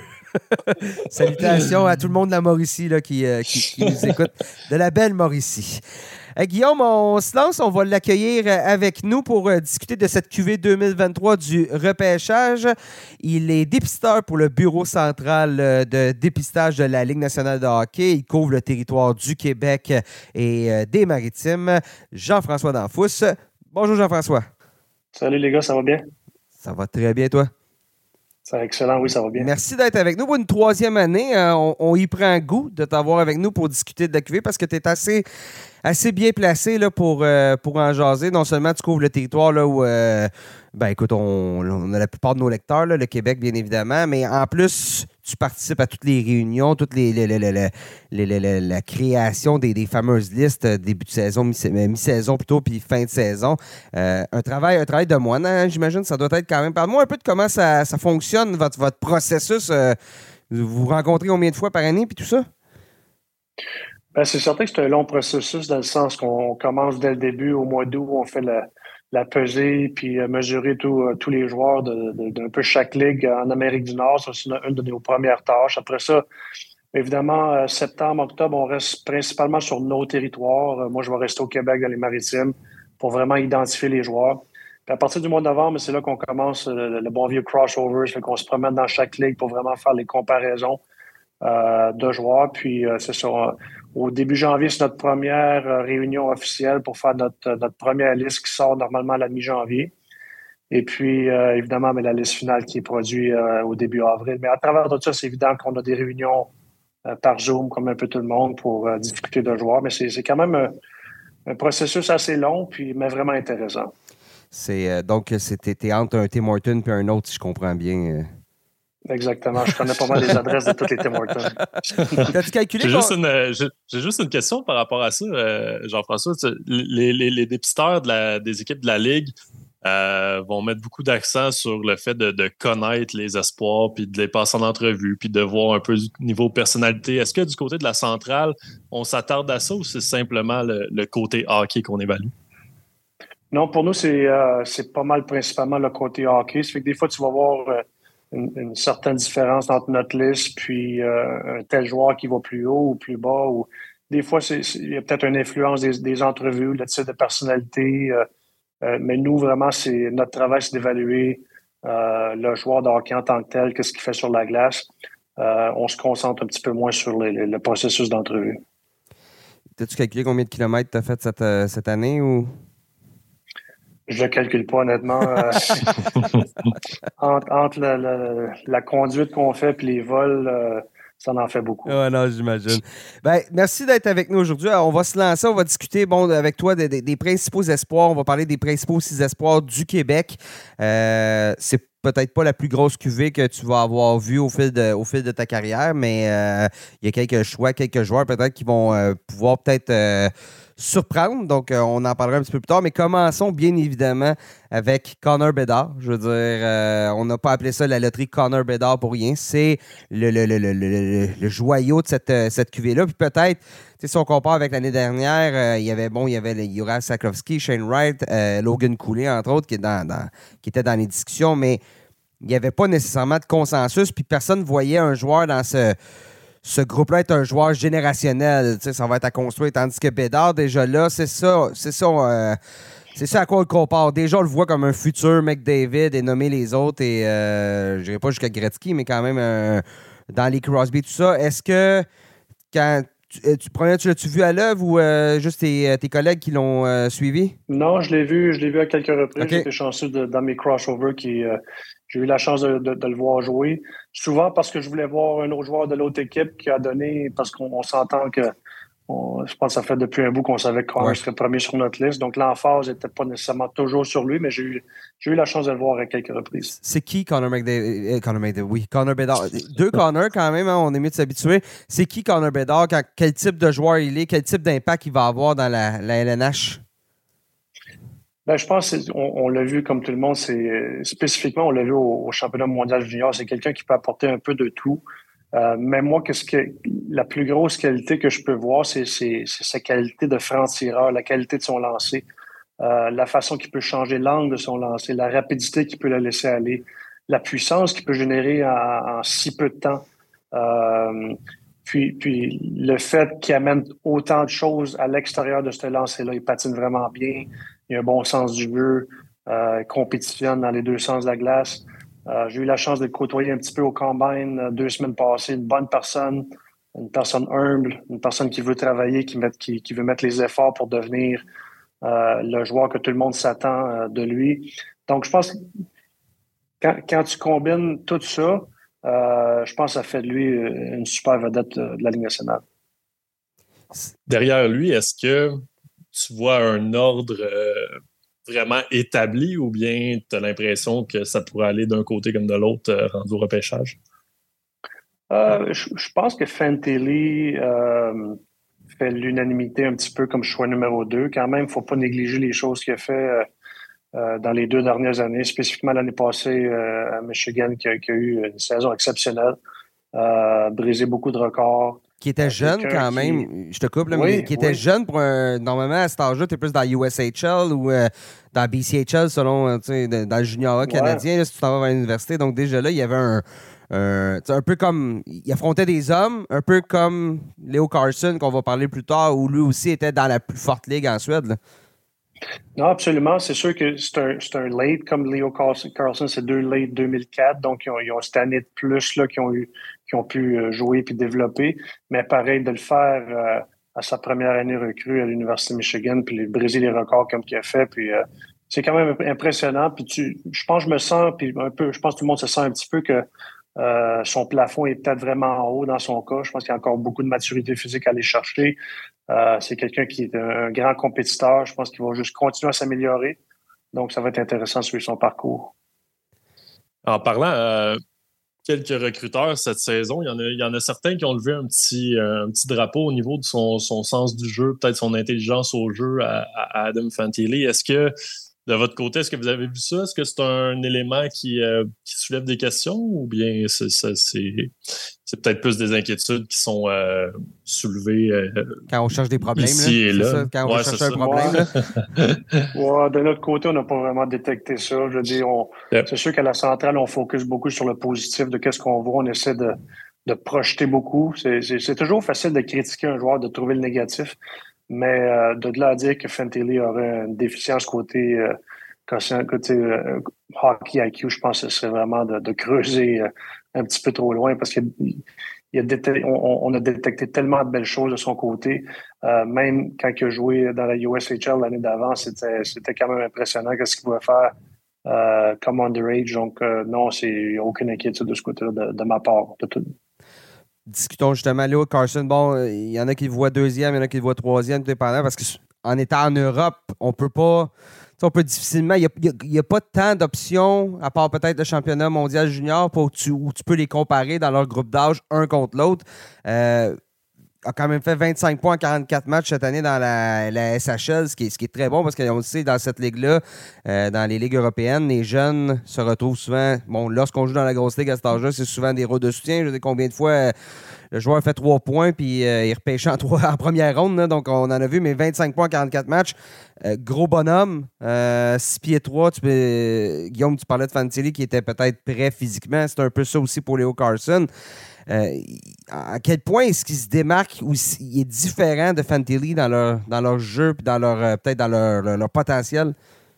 Salutations à tout le monde de la Mauricie là, qui, euh, qui, qui nous écoute, de la belle Mauricie. Euh, Guillaume, on se lance, on va l'accueillir avec nous pour euh, discuter de cette Q V deux mille vingt-trois du repêchage. Il est dépisteur pour le Bureau central euh, de dépistage de la Ligue nationale de hockey. Il couvre le territoire du Québec et euh, des Maritimes. Jean-François Danfousse. Bonjour Jean-François. Salut les gars, ça va bien? Ça va très bien, toi? C'est excellent, oui, ça va bien. Merci d'être avec nous pour une troisième année. Euh, on, on y prend goût de t'avoir avec nous pour discuter de la Q V parce que tu es assez, assez bien placé là, pour, euh, pour en jaser. Non seulement tu couvres le territoire là, où, euh, ben écoute, on, on a la plupart de nos lecteurs, là, le Québec bien évidemment, mais en plus, tu participes à toutes les réunions, toutes les, les, les, les, les, les, les la création des, des fameuses listes, début de saison, mi-saison plutôt, puis fin de saison. Euh, un travail un travail de moine, hein, j'imagine, ça doit être quand même. Parle-moi un peu de comment ça, ça fonctionne, votre, votre processus. Euh, vous vous rencontrez combien de fois par année, puis tout ça? Ben, c'est certain que c'est un long processus dans le sens qu'on commence dès le début, au mois d'août, on fait la, la pesée, puis mesurer tout, uh, tous les joueurs de, de, d'un peu chaque ligue en Amérique du Nord. Ça, c'est une de nos premières tâches. Après ça, évidemment, euh, septembre, octobre, on reste principalement sur nos territoires. Euh, moi, je vais rester au Québec, dans les Maritimes, pour vraiment identifier les joueurs. Puis à partir du mois de novembre, c'est là qu'on commence le, le bon vieux crossover. Ça fait qu'on se promène dans chaque ligue pour vraiment faire les comparaisons euh, de joueurs. Puis euh, c'est ça. Au début janvier, c'est notre première euh, réunion officielle pour faire notre, notre première liste qui sort normalement à la mi-janvier. Et puis, euh, évidemment, mais la liste finale qui est produite euh, au début avril. Mais à travers tout ça, c'est évident qu'on a des réunions euh, par Zoom, comme un peu tout le monde, pour euh, discuter de joueurs. Mais c'est, c'est quand même un, un processus assez long, puis, mais vraiment intéressant. C'est, euh, donc, c'était entre un Tim Hortons et un autre, si je comprends bien. Euh... Exactement. Je connais pas mal les adresses de tous les Tim Hortons. T'as-tu calculé? J'ai juste, une, j'ai, j'ai juste une question par rapport à ça, euh, Jean-François. Les, les, les dépisteurs de la, des équipes de la Ligue euh, vont mettre beaucoup d'accent sur le fait de, de connaître les espoirs, puis de les passer en entrevue, puis de voir un peu du niveau personnalité. Est-ce que du côté de la centrale, on s'attarde à ça ou c'est simplement le, le côté hockey qu'on évalue? Non, pour nous, c'est, euh, c'est pas mal principalement le côté hockey. Ça fait que des fois, tu vas voir... Euh, Une, une certaine différence entre notre liste puis euh, un tel joueur qui va plus haut ou plus bas. Ou des fois, c'est, c'est, il y a peut-être une influence des, des entrevues, le type de personnalité. Euh, euh, mais nous, vraiment, c'est notre travail, c'est d'évaluer euh, le joueur de hockey en tant que tel, qu'est-ce qu'il fait sur la glace. Euh, on se concentre un petit peu moins sur les, les, le processus d'entrevue. T'as-tu calculé combien de kilomètres tu as fait cette, euh, cette année ou... Je ne le calcule pas, honnêtement. Euh, entre entre la, la, la conduite qu'on fait et les vols, euh, ça en fait beaucoup. Oh non, j'imagine. Ben, merci d'être avec nous aujourd'hui. Alors, on va se lancer, on va discuter bon, avec toi des, des, des principaux espoirs. On va parler des principaux six espoirs du Québec. Euh, c'est peut-être pas la plus grosse cuvée que tu vas avoir vue au fil de, au fil de ta carrière, mais euh, il y a quelques choix, quelques joueurs peut-être qui vont euh, pouvoir peut-être euh, surprendre. Donc, euh, on en parlera un petit peu plus tard. Mais commençons bien évidemment avec Connor Bedard. Je veux dire, euh, on n'a pas appelé ça la loterie Connor Bedard pour rien. C'est le, le, le, le, le, le joyau de cette, cette cuvée-là. Puis peut-être, si on compare avec l'année dernière, euh, il y avait bon, il y avait Juraj Slavkovsky, Shane Wright, euh, Logan Cooley, entre autres, qui, est dans, dans, qui étaient dans les discussions, mais il n'y avait pas nécessairement de consensus, puis personne ne voyait un joueur dans ce, ce groupe-là être un joueur générationnel. Tu sais, ça va être à construire, tandis que Bedard, déjà là, c'est ça, c'est ça, euh, c'est ça à quoi on le compare. Déjà, on le voit comme un futur McDavid et nommer les autres, et euh, je dirais pas jusqu'à Gretzky, mais quand même euh, dans les Crosby, tout ça. Est-ce que quand Tu, tu, tu l'as-tu vu à l'œuvre ou euh, juste tes, tes collègues qui l'ont euh, suivi? Non, je l'ai vu, je l'ai vu à quelques reprises. Okay. J'étais chanceux de, dans mes crossovers qui euh, j'ai eu la chance de, de, de le voir jouer. Souvent parce que je voulais voir un autre joueur de l'autre équipe qui a donné, parce qu'on on s'entend que on, je pense que ça fait depuis un bout qu'on savait que Connor ouais. serait premier sur notre liste. Donc l'emphase n'était pas nécessairement toujours sur lui, mais j'ai eu, j'ai eu la chance de le voir à quelques reprises. C'est qui Connor McDavid? Euh, Connor McDavid, oui. Connor Bedard. Deux Connor quand même, hein, on est mieux de s'habituer. C'est qui Connor Bedard? Quand, quel type de joueur il est? Quel type d'impact il va avoir dans la, la L N H? Ben, je pense qu'on on l'a vu comme tout le monde, c'est spécifiquement, on l'a vu au, au championnat mondial junior. C'est quelqu'un qui peut apporter un peu de tout. Euh, mais moi, qu'est-ce que la plus grosse qualité que je peux voir, c'est, c'est, c'est sa qualité de franc-tireur, la qualité de son lancer, euh, la façon qu'il peut changer l'angle de son lancer, la rapidité qu'il peut la laisser aller, la puissance qu'il peut générer en, en si peu de temps. Euh, puis, puis le fait qu'il amène autant de choses à l'extérieur de ce lancer-là, il patine vraiment bien, il a un bon sens du jeu, euh, compétitionne dans les deux sens de la glace. Euh, j'ai eu la chance de le côtoyer un petit peu au Combine euh, deux semaines passées. Une bonne personne, une personne humble, une personne qui veut travailler, qui, met, qui, qui veut mettre les efforts pour devenir euh, le joueur que tout le monde s'attend euh, de lui. Donc, je pense que quand, quand tu combines tout ça, euh, je pense que ça fait de lui une super vedette de la Ligue nationale. Derrière lui, est-ce que tu vois un ordre euh, vraiment établi ou bien tu as l'impression que ça pourrait aller d'un côté comme de l'autre euh, rendu au repêchage? Euh, je, je pense que Fantilli euh, fait l'unanimité un petit peu comme choix numéro deux. Quand même, il ne faut pas négliger les choses qu'il a fait euh, euh, dans les deux dernières années, spécifiquement l'année passée euh, à Michigan, qui a, qui a eu une saison exceptionnelle, euh, brisé beaucoup de records. Qui était jeune quand même, qui... je te coupe, là, oui, mais qui était oui. jeune pour un. Normalement, à cet âge-là, tu es plus dans U S H L ou euh, dans B C H L, selon, tu sais, dans le junior canadien, ouais. Là, si tu t'en vas à l'université. Donc, déjà là, il y avait un. un, un peu comme. Il affrontait des hommes, un peu comme Leo Carlsson, qu'on va parler plus tard, où lui aussi était dans la plus forte ligue en Suède, là. Non, absolument. C'est sûr que c'est un, c'est un late comme Leo Carlsson, c'est deux late deux mille quatre, donc ils ont, ils ont cette année de plus là, qui ont eu, qui ont pu jouer puis développer. Mais pareil, de le faire euh, à sa première année recrue à l'Université de Michigan, puis briser les records comme qu'il a fait, puis euh, c'est quand même impressionnant. Puis tu, je pense que je me sens, puis un peu, je pense que tout le monde se sent un petit peu que euh, son plafond est peut-être vraiment en haut dans son cas. Je pense qu'il y a encore beaucoup de maturité physique à aller chercher. Euh, c'est quelqu'un qui est un, un grand compétiteur. Je pense qu'il va juste continuer à s'améliorer. Donc, ça va être intéressant de suivre son parcours. En parlant euh, quelques recruteurs cette saison, il y en a, il y en a certains qui ont levé un petit, euh, un petit drapeau au niveau de son, son sens du jeu, peut-être son intelligence au jeu à, à Adam Fantilli. Est-ce que, de votre côté, est-ce que vous avez vu ça? Est-ce que c'est un élément qui, euh, qui soulève des questions ou bien c'est, c'est, c'est, c'est peut-être plus des inquiétudes qui sont euh, soulevées euh, quand on cherche des problèmes, ici là, et là? Ça, quand on ouais, cherche c'est un ça. problème. Là. Ouais, de notre côté, on n'a pas vraiment détecté ça. Je veux dire, on, yep. C'est sûr qu'à la centrale, on focus beaucoup sur le positif de qu'est-ce qu'on voit. On essaie de, de projeter beaucoup. C'est, c'est, c'est toujours facile de critiquer un joueur, de trouver le négatif. Mais euh, de là à dire que Fantilli aurait une déficience côté... Euh, côté euh, hockey I Q, je pense que ce serait vraiment de, de creuser euh, un petit peu trop loin parce qu'on on a détecté tellement de belles choses de son côté. Euh, même quand il a joué dans la U S H L l'année d'avant, c'était, c'était quand même impressionnant ce qu'il pouvait faire euh, comme underage. Donc, euh, non, c'est aucune inquiétude de ce côté-là de, de ma part. De tout. Discutons justement, Leo Carlsson. Bon, il y en a qui le voient deuxième, il y en a qui le voient troisième, tout dépendant, parce que en étant en Europe, on peut pas. On peut difficilement. Il n'y a, a, a pas tant d'options, à part peut-être le championnat mondial junior, pour tu, où tu peux les comparer dans leur groupe d'âge un contre l'autre. Euh, a quand même fait vingt-cinq points en quarante-quatre matchs cette année dans la, la S H L, ce qui est, ce qui est très bon parce qu'on le sait, dans cette ligue-là, euh, dans les ligues européennes, les jeunes se retrouvent souvent. Bon, lorsqu'on joue dans la grosse ligue à cet âge-là, c'est souvent des rôles de soutien. Je sais combien de fois euh, le joueur fait trois points puis euh, il repêche en, trois, en première ronde. Là, donc, on en a vu, mais vingt-cinq points en quarante-quatre matchs. Euh, gros bonhomme, euh, six pieds trois. Tu peux, euh, Guillaume, tu parlais de Fantilli qui était peut-être prêt physiquement. C'est un peu ça aussi pour Leo Carlsson. Euh, à quel point est-ce qu'il se démarque ou il est différent de Fantilli dans leur, dans leur jeu et dans leur, euh, peut-être dans leur, leur, leur potentiel?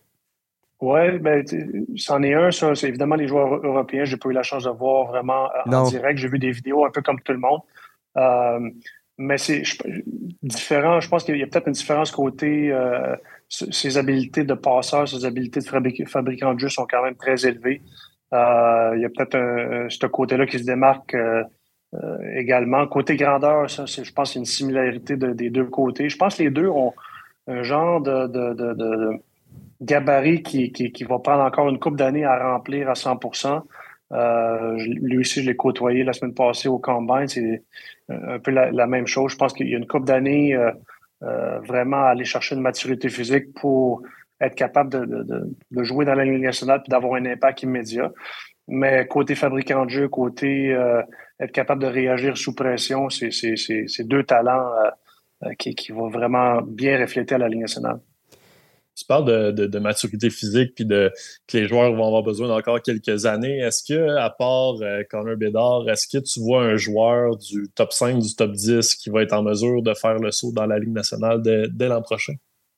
Oui, ben, c'en est un, ça. C'est évidemment les joueurs européens. J'ai pas eu la chance de voir vraiment en Non. direct. J'ai vu des vidéos un peu comme tout le monde. Euh, mais c'est je, différent. Je pense qu'il y a peut-être une différence côté euh, ses habiletés de passeur, ses habiletés de fabric- fabricant de jeu sont quand même très élevées. Euh, il y a peut-être un, ce côté-là qui se démarque euh, euh, également. Côté grandeur, ça, c'est, je pense qu'il y a une similarité de, des deux côtés. Je pense que les deux ont un genre de, de, de, de gabarit qui, qui, qui va prendre encore une couple d'années à remplir à cent pour cent. Euh, lui aussi, je l'ai côtoyé la semaine passée au Combine. C'est un peu la, la même chose. Je pense qu'il y a une couple d'années euh, euh, vraiment à aller chercher une maturité physique pour être capable de, de, de, de jouer dans la Ligue nationale et d'avoir un impact immédiat. Mais côté fabricant de jeu, côté euh, être capable de réagir sous pression, c'est, c'est, c'est, c'est deux talents euh, qui, qui vont vraiment bien refléter à la Ligue nationale. Tu parles de, de, de maturité physique puis de que les joueurs vont avoir besoin d'encore quelques années. Est-ce que, à part euh, Connor Bedard, est-ce que tu vois un joueur du top cinq, du top dix qui va être en mesure de faire le saut dans la Ligue nationale dès, dès l'an prochain?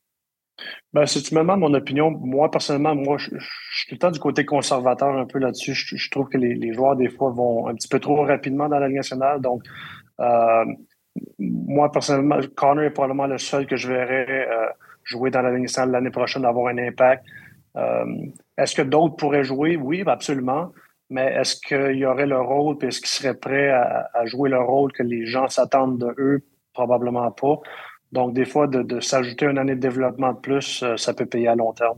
Ben, si tu me demandes mon opinion, moi, personnellement, moi, je, je suis tout le temps du côté conservateur un peu là-dessus. Je, je trouve que les, les joueurs, des fois, vont un petit peu trop rapidement dans la Ligue nationale. Donc, euh, moi, personnellement, Connor est probablement le seul que je verrais euh, jouer dans la Ligue nationale l'année prochaine, avoir un impact. Euh, est-ce que d'autres pourraient jouer? Oui, absolument. Mais est-ce qu'il y aurait le rôle, puis est-ce qu'ils seraient prêts à, à jouer le rôle que les gens s'attendent de eux? Probablement pas. Donc, des fois, de, de s'ajouter une année de développement de plus, euh, ça peut payer à long terme.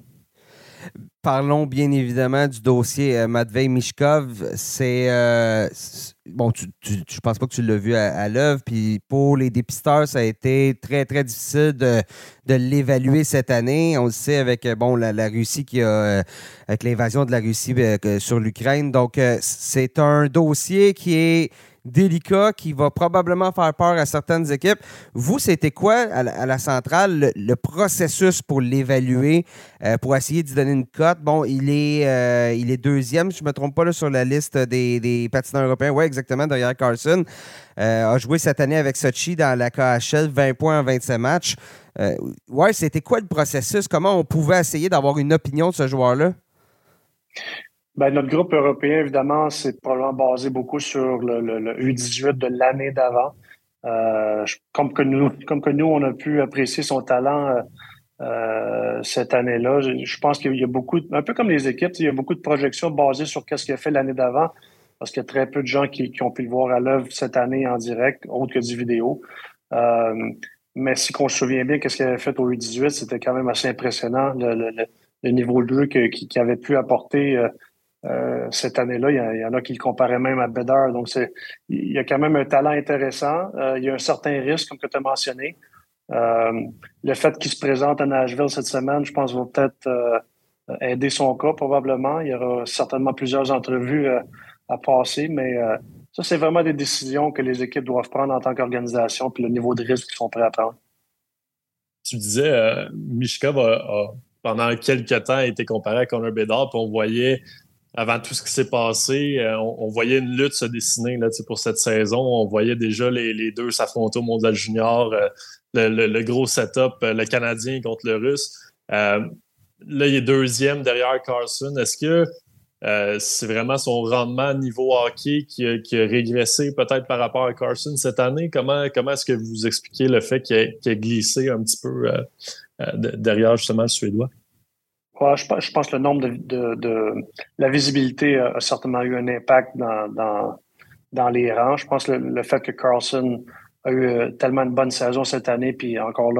Parlons bien évidemment du dossier euh, Matvei Michkov. C'est. Euh, c'est- bon, tu, tu, je pense pas que tu l'as vu à, à l'œuvre. Puis pour les dépisteurs, ça a été très, très difficile de, de l'évaluer cette année. On le sait avec euh, bon, la, la Russie qui a. Euh, avec l'invasion de la Russie euh, que- sur l'Ukraine. Donc, euh, c'est un dossier qui est délicat, qui va probablement faire peur à certaines équipes. Vous, c'était quoi à la, à la centrale, le, le processus pour l'évaluer, euh, pour essayer d'y donner une cote? Bon, il est, euh, il est deuxième, si je ne me trompe pas, là, sur la liste des, des patineurs européens. Oui, exactement, derrière Carlson. Euh, a joué cette année avec Sochi dans la K H L, vingt points en vingt-sept matchs. Euh, ouais, c'était quoi le processus? Comment on pouvait essayer d'avoir une opinion de ce joueur-là? Ben, notre groupe européen, évidemment, c'est probablement basé beaucoup sur le, le, le U dix-huit de l'année d'avant. Euh, comme, que nous, comme que nous, on a pu apprécier son talent euh, euh, cette année-là. Je, je pense qu'il y a beaucoup, un peu comme les équipes, il y a beaucoup de projections basées sur qu'est-ce qu'il a fait l'année d'avant, parce qu'il y a très peu de gens qui, qui ont pu le voir à l'œuvre cette année en direct, autre que du vidéo. Euh, mais si on se souvient bien, qu'est-ce qu'il avait fait au U dix-huit, c'était quand même assez impressionnant, le, le, le niveau de jeu qu'il avait pu apporter euh, Euh, cette année-là. Il y, a, il y en a qui le comparaient même à Bedard. Donc, c'est, il y a quand même un talent intéressant. Euh, il y a un certain risque, comme que tu as mentionné. Euh, le fait qu'il se présente à Nashville cette semaine, je pense, va peut-être euh, aider son cas, probablement. Il y aura certainement plusieurs entrevues euh, à passer, mais euh, ça, c'est vraiment des décisions que les équipes doivent prendre en tant qu'organisation, puis le niveau de risque qu'ils sont prêts à prendre. Tu disais, euh, Michkov a, a, pendant quelques temps, été comparé à Connor Bedard, puis on voyait avant tout ce qui s'est passé, euh, on, on voyait une lutte se dessiner là, pour cette saison. On voyait déjà les, les deux s'affronter au Mondial Junior, euh, le, le, le gros setup, euh, le Canadien contre le Russe. Euh, là, il est deuxième derrière Carlson. Est-ce que euh, c'est vraiment son rendement niveau hockey qui a, qui a régressé peut-être par rapport à Carlson cette année? Comment, comment est-ce que vous expliquez le fait qu'il a, qu'il a glissé un petit peu euh, euh, derrière justement le Suédois? Ouais, je, je pense que le nombre de, de, de la visibilité a, a certainement eu un impact dans, dans, dans les rangs. Je pense que le, le fait que Carlson a eu tellement une bonne saison cette année, puis encore là,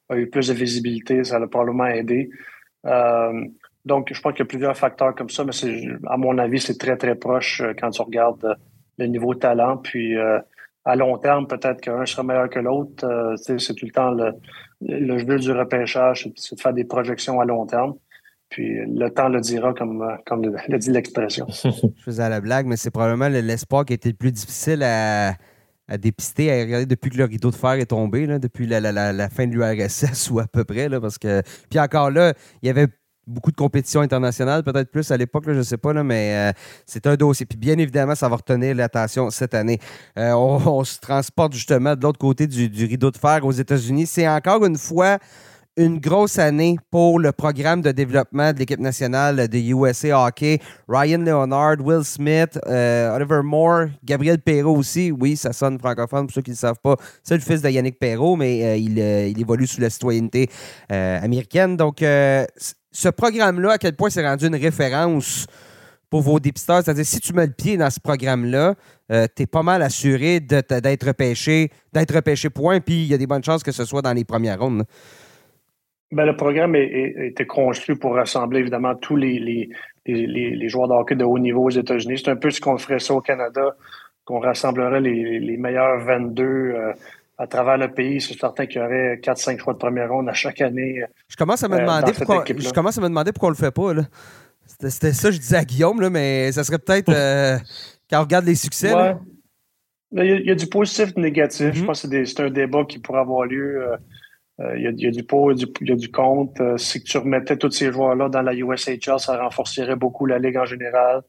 a eu plus de visibilité, ça l'a probablement aidé. Euh, donc, je pense qu'il y a plusieurs facteurs comme ça, mais c'est, à mon avis, c'est très, très proche euh, quand tu regardes euh, le niveau de talent. Puis, euh, à long terme, peut-être qu'un sera meilleur que l'autre. Euh, c'est tout le temps le, le jeu du repêchage, c'est de faire des projections à long terme. Puis, le temps le dira, comme, comme le, le dit l'expression. Je faisais à la blague, mais c'est probablement l'espoir qui a été le plus difficile à, à dépister, à regarder depuis que le rideau de fer est tombé, là, depuis la, la, la, la fin de l'U R S S ou à peu près. Là, parce que... Puis encore là, il y avait beaucoup de compétitions internationales, peut-être plus à l'époque, là, je ne sais pas, là, mais euh, c'est un dossier. Puis bien évidemment, ça va retenir l'attention cette année. Euh, on, on se transporte justement de l'autre côté du, du rideau de fer aux États-Unis. C'est encore une fois une grosse année pour le programme de développement de l'équipe nationale de U S A Hockey. Ryan Leonard, Will Smith, euh, Oliver Moore, Gabriel Perreault aussi. Oui, ça sonne francophone pour ceux qui ne le savent pas. C'est le fils de Yannick Perreault, mais euh, il, euh, il évolue sous la citoyenneté euh, américaine. Donc, euh, ce programme-là, à quel point c'est rendu une référence pour vos dépisteurs? C'est-à-dire, si tu mets le pied dans ce programme-là, euh, tu es pas mal assuré de, d'être repêché, d'être repêché point, puis il y a des bonnes chances que ce soit dans les premières rondes. Ben, le programme a été conçu pour rassembler évidemment tous les, les, les, les joueurs de hockey de haut niveau aux États-Unis. C'est un peu ce qu'on ferait ça au Canada, qu'on rassemblerait les, les meilleurs vingt-deux euh, à travers le pays. C'est certain qu'il y aurait quatre cinq choix de première ronde à chaque année. Je commence à me demander, euh, pourquoi, je commence à me demander pourquoi on le fait pas. Là. C'était, c'était ça que je disais à Guillaume, là, mais ça serait peut-être euh, quand on regarde les succès. Ouais. Là. Il, y a, il y a du positif et du négatif. Mm-hmm. Je pense que c'est, des, c'est un débat qui pourrait avoir lieu. Euh, Euh, il, y a, il y a du pour, il y a du, il y a du contre. Euh, si tu remettais tous ces joueurs-là dans la U S H L, ça renforcerait beaucoup la Ligue en général.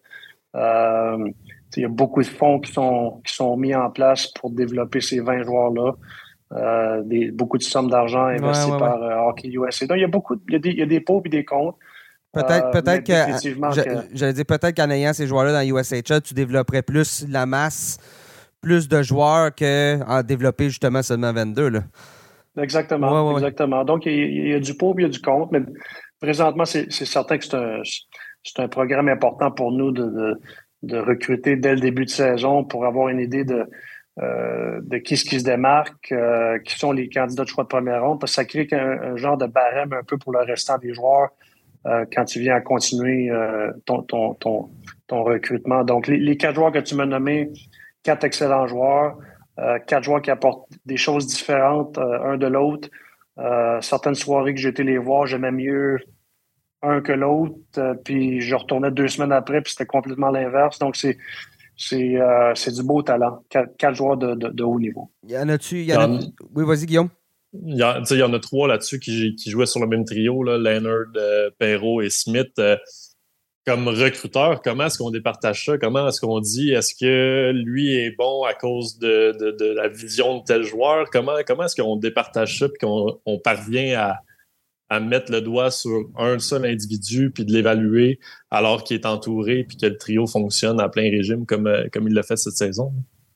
Euh, il y a beaucoup de fonds qui sont, qui sont mis en place pour développer ces vingt joueurs-là. Euh, des, beaucoup de sommes d'argent investies ouais, ouais, par ouais. Euh, Hockey U S A. Donc, il y a beaucoup, il y a des, il y a des pour et des contre. Peut-être, euh, peut-être que, que... J'allais dire, peut-être qu'en ayant ces joueurs-là dans la U S H L, tu développerais plus la masse, plus de joueurs qu'en développer justement seulement vingt-deux, là. Exactement, ouais, ouais, exactement. Donc, il y, a, il y a du pour, il y a du contre, mais présentement, c'est, c'est certain que c'est un, c'est un programme important pour nous de, de, de recruter dès le début de saison pour avoir une idée de, euh, de qui ce qui se démarque, euh, qui sont les candidats de choix de première ronde, parce que ça crée un, un genre de barème un peu pour le restant des joueurs euh, quand tu viens à continuer euh, ton, ton, ton, ton recrutement. Donc, les, les quatre joueurs que tu m'as nommés, quatre excellents joueurs, Euh, quatre joueurs qui apportent des choses différentes euh, un de l'autre. Euh, certaines soirées que j'ai été les voir, j'aimais mieux un que l'autre. Euh, puis je retournais deux semaines après, puis c'était complètement l'inverse. Donc, c'est, c'est, euh, c'est du beau talent. Quatre, quatre joueurs de, de, de haut niveau. Il y en a-tu? Il y en a... Oui, vas-y, Guillaume. Il y, a, il y en a trois là-dessus qui, qui jouaient sur le même trio, là, Leonard, euh, Perreault et Smith. Euh, Comme recruteur, comment est-ce qu'on départage ça? Comment est-ce qu'on dit est-ce que lui est bon à cause de, de, de la vision de tel joueur? Comment, comment est-ce qu'on départage ça et qu'on on parvient à, à mettre le doigt sur un seul individu puis de l'évaluer alors qu'il est entouré puis que le trio fonctionne à plein régime comme, comme il l'a fait cette saison?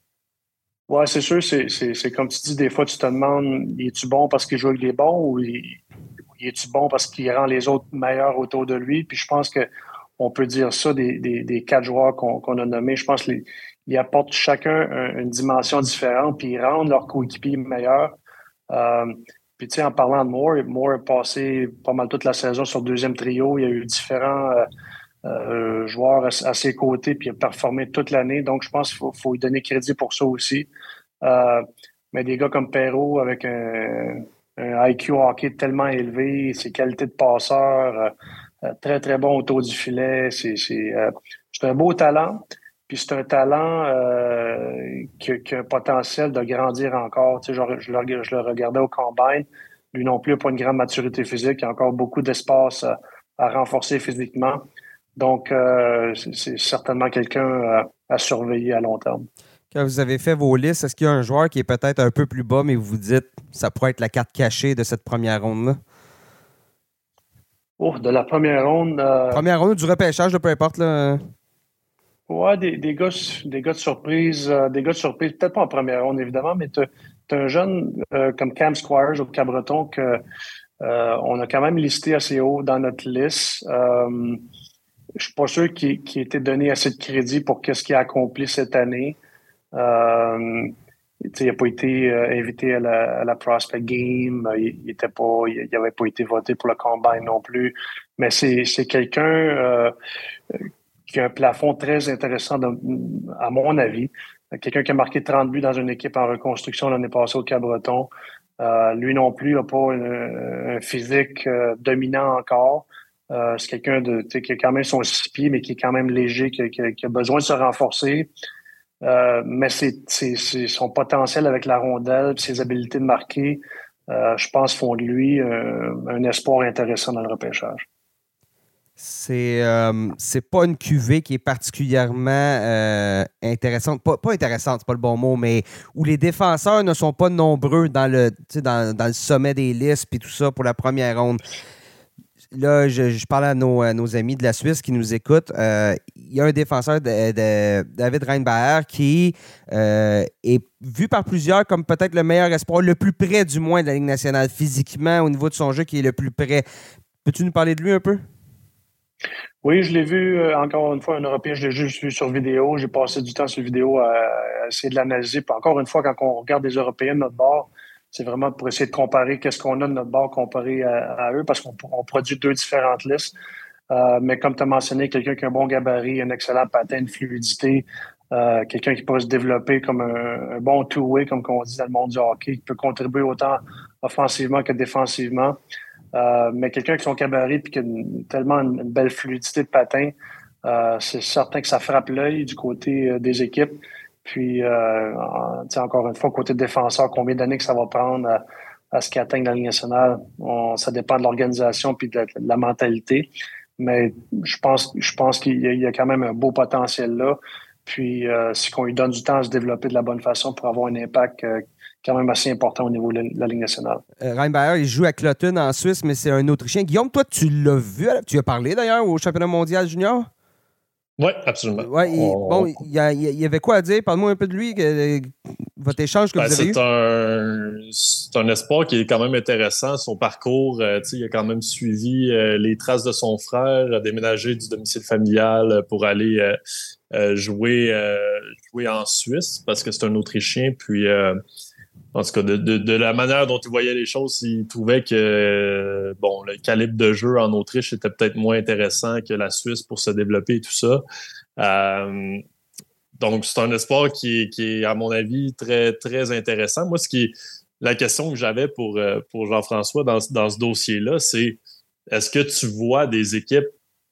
Oui, c'est sûr. C'est, c'est, c'est comme tu dis, des fois, tu te demandes, es-tu bon parce qu'il joue avec les bons ou es-tu bon parce qu'il rend les autres meilleurs autour de lui? Puis je pense que on peut dire ça des, des, des quatre joueurs qu'on, qu'on a nommés. Je pense qu'ils apportent chacun un, une dimension différente, puis ils rendent leurs coéquipiers meilleurs. Euh, puis, tu sais, en parlant de Moore, Moore a passé pas mal toute la saison sur le deuxième trio. Il y a eu différents euh, euh, joueurs à, à ses côtés, puis il a performé toute l'année. Donc, je pense qu'il faut, faut lui donner crédit pour ça aussi. Euh, mais des gars comme Perreault, avec un, un I Q hockey tellement élevé, ses qualités de passeur, euh, Euh, très, très bon autour du filet. C'est, c'est, euh, c'est un beau talent. Puis c'est un talent euh, qui, qui a un potentiel de grandir encore. Tu sais, genre, je, le, je le regardais au combine. Lui non plus n'a pas une grande maturité physique. Il y a encore beaucoup d'espace à, à renforcer physiquement. Donc, euh, c'est, c'est certainement quelqu'un à, à surveiller à long terme. Quand vous avez fait vos listes, est-ce qu'il y a un joueur qui est peut-être un peu plus bas, mais vous vous dites ça pourrait être la carte cachée de cette première ronde-là? Oh, de la première ronde. Euh... Première ronde du repêchage, peu importe. Là. Ouais, des, des, gars, des gars de surprise. Euh, des gars de surprise, peut-être pas en première ronde, évidemment, mais tu as un jeune euh, comme Cam Squires au Cabreton que euh, on a quand même listé assez haut dans notre liste. Euh, je suis pas sûr qu'il, qu'il ait été donné assez de crédit pour qu'est-ce qu'il a accompli cette année. Euh, il n'a pas été euh, invité à la, à la Prospect Game. Il n'avait pas, il, il pas été voté pour le Combine non plus. Mais c'est, c'est quelqu'un euh, qui a un plafond très intéressant, de, à mon avis. Quelqu'un qui a marqué trente buts dans une équipe en reconstruction l'année passée au Cap-Breton. Euh, lui non plus n'a pas une, un physique euh, dominant encore. Euh, c'est quelqu'un de, qui a quand même son six pieds, mais qui est quand même léger, qui, qui, qui a besoin de se renforcer. Euh, mais c'est, c'est, c'est son potentiel avec la rondelle, ses habiletés de marquer, euh, je pense, font de lui euh, un espoir intéressant dans le repêchage. C'est euh, c'est pas une cuvée qui est particulièrement euh, intéressante. Pas, pas intéressante, c'est pas le bon mot, mais où les défenseurs ne sont pas nombreux dans le, dans, dans le sommet des listes puis tout ça pour la première ronde. Là, je, je parle à nos, à nos amis de la Suisse qui nous écoutent. Euh, il y a un défenseur, de, de David Reinbacher, qui euh, est vu par plusieurs comme peut-être le meilleur espoir, le plus près du moins de la Ligue nationale, physiquement, au niveau de son jeu, qui est le plus près. Peux-tu nous parler de lui un peu? Oui, je l'ai vu, euh, encore une fois, un Européen, je l'ai juste vu sur vidéo. J'ai passé du temps sur vidéo à, à essayer de l'analyser. Puis encore une fois, quand on regarde des Européens de notre bord, c'est vraiment pour essayer de comparer qu'est-ce qu'on a de notre bord comparé à, à eux, parce qu'on on produit deux différentes listes. Euh, mais comme tu as mentionné, quelqu'un qui a un bon gabarit, un excellent patin, une fluidité, euh, quelqu'un qui peut se développer comme un, un bon two-way, comme on dit dans le monde du hockey, qui peut contribuer autant offensivement que défensivement. Euh, mais quelqu'un qui a son gabarit et qui a une, tellement une, une belle fluidité de patin, euh, c'est certain que ça frappe l'œil du côté euh, des équipes. Puis, euh, encore une fois, côté défenseur, combien d'années que ça va prendre à, à ce qu'il atteigne la Ligue nationale, on, ça dépend de l'organisation puis de la, de la mentalité. Mais je pense, je pense qu'il y a, il y a quand même un beau potentiel là. Puis, euh, c'est qu'on lui donne du temps à se développer de la bonne façon pour avoir un impact euh, quand même assez important au niveau de la, de la Ligue nationale. Euh, Reinbacher, il joue à Cloton en Suisse, mais c'est un Autrichien. Guillaume, toi, tu l'as vu, tu as parlé d'ailleurs au championnat mondial junior? Oui, absolument. Ouais, il, on... Bon, il y, a, il y avait quoi à dire? Parle-moi un peu de lui, que, votre échange que ben, vous avez c'est eu. Un, c'est un espoir qui est quand même intéressant. Son parcours, euh, il a quand même suivi euh, les traces de son frère, a déménagé du domicile familial pour aller euh, euh, jouer, euh, jouer en Suisse parce que c'est un Autrichien. Puis, euh, en tout cas, de, de, de la manière dont il voyait les choses, il trouvait que euh, bon, le calibre de jeu en Autriche était peut-être moins intéressant que la Suisse pour se développer et tout ça. Euh, donc, c'est un espoir qui est, qui est, à mon avis, très, très intéressant. Moi, ce qui est la question que j'avais pour, pour Jean-François dans, dans ce dossier-là, c'est est-ce que tu vois des équipes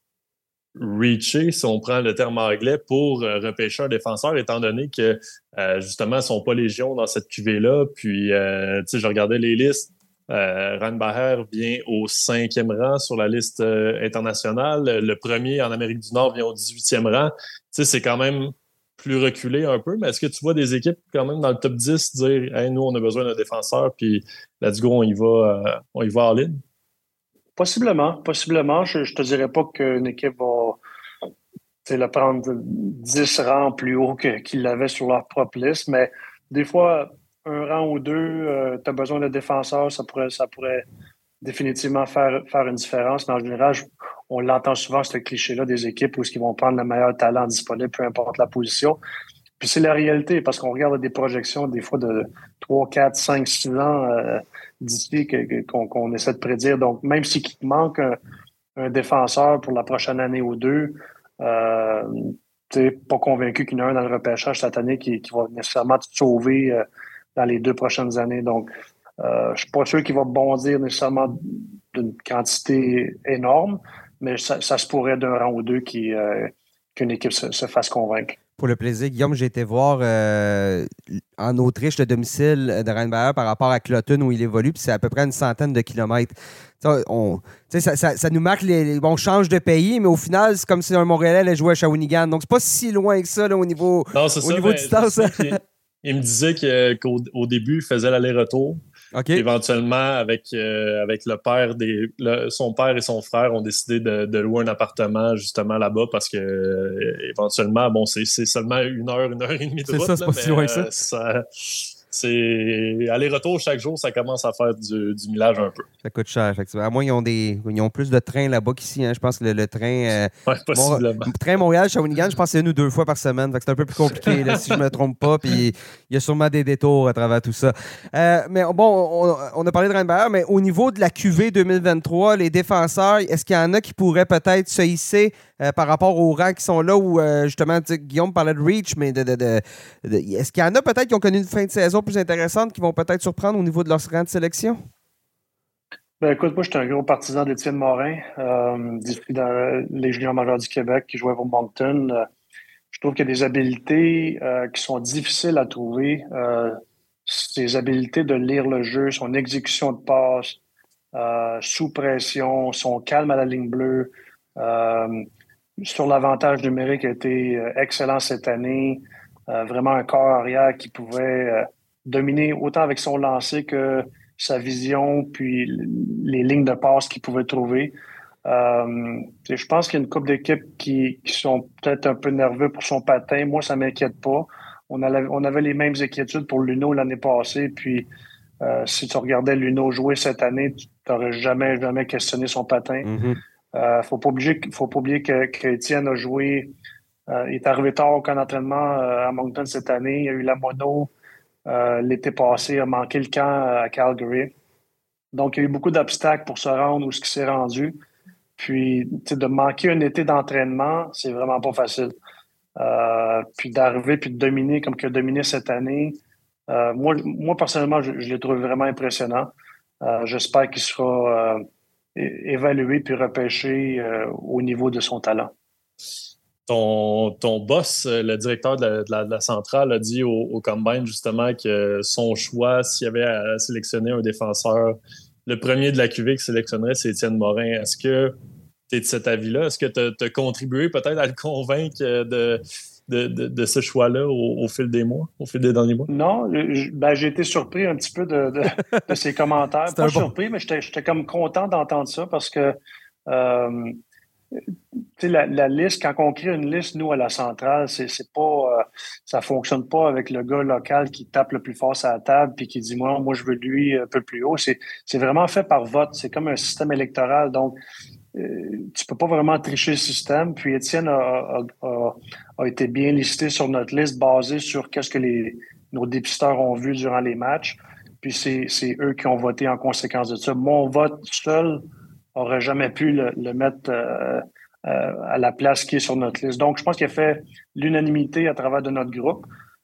reacher, si on prend le terme anglais, pour euh, repêcher un défenseur, étant donné que, euh, justement, ils ne sont pas légion dans cette cuvée-là. Puis, euh, tu sais, je regardais les listes. Euh, Reinbacher vient au cinquième rang sur la liste euh, internationale. Le premier en Amérique du Nord vient au dix-huitième rang. Tu sais, c'est quand même plus reculé un peu, mais est-ce que tu vois des équipes quand même dans le top dix dire hey, nous, on a besoin d'un défenseur, puis let's go, on y va, euh, on y va en ligne? Possiblement, possiblement. Je, je te dirais pas qu'une équipe va le prendre dix rangs plus haut que, qu'ils l'avaient sur leur propre liste, mais des fois, un rang ou deux, euh, tu as besoin de défenseurs, ça pourrait, ça pourrait définitivement faire, faire une différence. Mais en général, je, on l'entend souvent, ce cliché-là des équipes où ils vont prendre le meilleur talent disponible, peu importe la position. Puis c'est la réalité, parce qu'on regarde des projections des fois de trois, quatre, cinq, six ans euh, d'ici que, que, qu'on, qu'on essaie de prédire. Donc, même s'il manque un, un défenseur pour la prochaine année ou deux, euh, tu n'es pas convaincu qu'il y en a un dans le repêchage cette année qui, qui va nécessairement te sauver euh, dans les deux prochaines années. Donc, euh, je ne suis pas sûr qu'il va bondir nécessairement d'une quantité énorme, mais ça, ça se pourrait d'un rang ou deux qui, euh, qu'une équipe se, se fasse convaincre. Pour le plaisir, Guillaume, j'ai été voir euh, en Autriche le domicile de Reinbacher par rapport à Cloton où il évolue, puis c'est à peu près une centaine de kilomètres. On, ça, ça, ça nous marque, les, les, on change de pays, mais au final, c'est comme si un Montréalais allait jouer à Shawinigan. Donc, c'est pas si loin que ça là, au niveau, non, c'est au ça, niveau distance. Il, il me disait que, qu'au au début, il faisait l'aller-retour. Okay. Éventuellement, avec, euh, avec le père des. Le, son père et son frère ont décidé de, de louer un appartement justement là-bas parce que euh, éventuellement, bon, c'est, c'est seulement une heure, une heure et demie de c'est route. Ça, c'est là, pas mais, si loin que ça. Euh, ça c'est aller-retour chaque jour, ça commence à faire du, du millage un peu. Ça coûte cher, effectivement. À moins ils ont des ils ont plus de trains là-bas qu'ici. Hein. Je pense que le, le train euh, ouais, possiblement. Mon, train Montréal-Shawinigan, je pense que c'est une ou deux fois par semaine. Fait que c'est un peu plus compliqué là, si je ne me trompe pas. Puis il y a sûrement des détours à travers tout ça. Euh, mais bon, on, on a parlé de Reinbacher, mais au niveau de la Q V deux mille vingt-trois, les défenseurs, est-ce qu'il y en a qui pourraient peut-être se hisser euh, par rapport aux rangs qui sont là où euh, justement Guillaume parlait de Reach, mais de, de, de, de, est-ce qu'il y en a peut-être qui ont connu une fin de saison plus intéressante qui vont peut-être surprendre au niveau de leur rang de sélection? Ben écoute, moi, je suis un gros partisan d'Étienne Morin, euh, d'ici dans les juniors majeurs du Québec, qui jouait pour Moncton. Euh, je trouve qu'il y a des habiletés euh, qui sont difficiles à trouver. Euh, ses habiletés de lire le jeu, son exécution de passe, euh, sous pression, son calme à la ligne bleue, euh, sur l'avantage numérique a été excellent cette année. Euh, vraiment un corps arrière qui pouvait euh, dominer autant avec son lancer que sa vision, puis les lignes de passe qu'il pouvait trouver. Euh, je pense qu'il y a une couple d'équipes qui, qui sont peut-être un peu nerveux pour son patin. Moi, ça m'inquiète pas. On avait, on avait les mêmes inquiétudes pour Luno l'année passée, puis euh, si tu regardais Luno jouer cette année, tu n'aurais jamais, jamais questionné son patin. Mm-hmm. Euh, faut pas oublier, faut pas oublier que, que Étienne a joué, euh, il est arrivé tard au camp d'entraînement euh, à Moncton cette année. Il y a eu la mono euh, l'été passé, il a manqué le camp à Calgary. Donc, il y a eu beaucoup d'obstacles pour se rendre où ce qui s'est rendu. Puis, de manquer un été d'entraînement, c'est vraiment pas facile. Euh, puis d'arriver puis de dominer comme qu'il a dominé cette année, euh, moi, moi, personnellement, je, je l'ai trouvé vraiment impressionnant. Euh, j'espère qu'il sera euh, évalué puis repêché euh, au niveau de son talent. Ton, ton boss, le directeur de la, de la, de la centrale, a dit au, au Combine justement que son choix, s'il y avait à sélectionner un défenseur, le premier de la Q V qu'il sélectionnerait, c'est Étienne Morin. Est-ce que tu es de cet avis-là? Est-ce que tu as contribué peut-être à le convaincre de, de, de, de ce choix-là au, au fil des mois, au fil des derniers mois? Non, je, ben, j'ai été surpris un petit peu de, de, de ses commentaires. Pas surpris, bon. mais j'étais, j'étais comme content d'entendre ça parce que euh, tu sais, la, la liste, quand on crée une liste, nous, à la centrale, c'est, c'est pas, euh, ça fonctionne pas avec le gars local qui tape le plus fort sur la table puis qui dit, moi, moi, je veux lui un peu plus haut. C'est, c'est vraiment fait par vote. C'est comme un système électoral. Donc, euh, tu peux pas vraiment tricher le système. Puis, Étienne a, a, a, a été bien listé sur notre liste basée sur qu'est-ce que les, nos dépisteurs ont vu durant les matchs. Puis, c'est, c'est eux qui ont voté en conséquence de ça. Mon vote seul aurait jamais pu le, le mettre euh, euh, à la place qui est sur notre liste. Donc, je pense qu'il a fait l'unanimité à travers de notre groupe.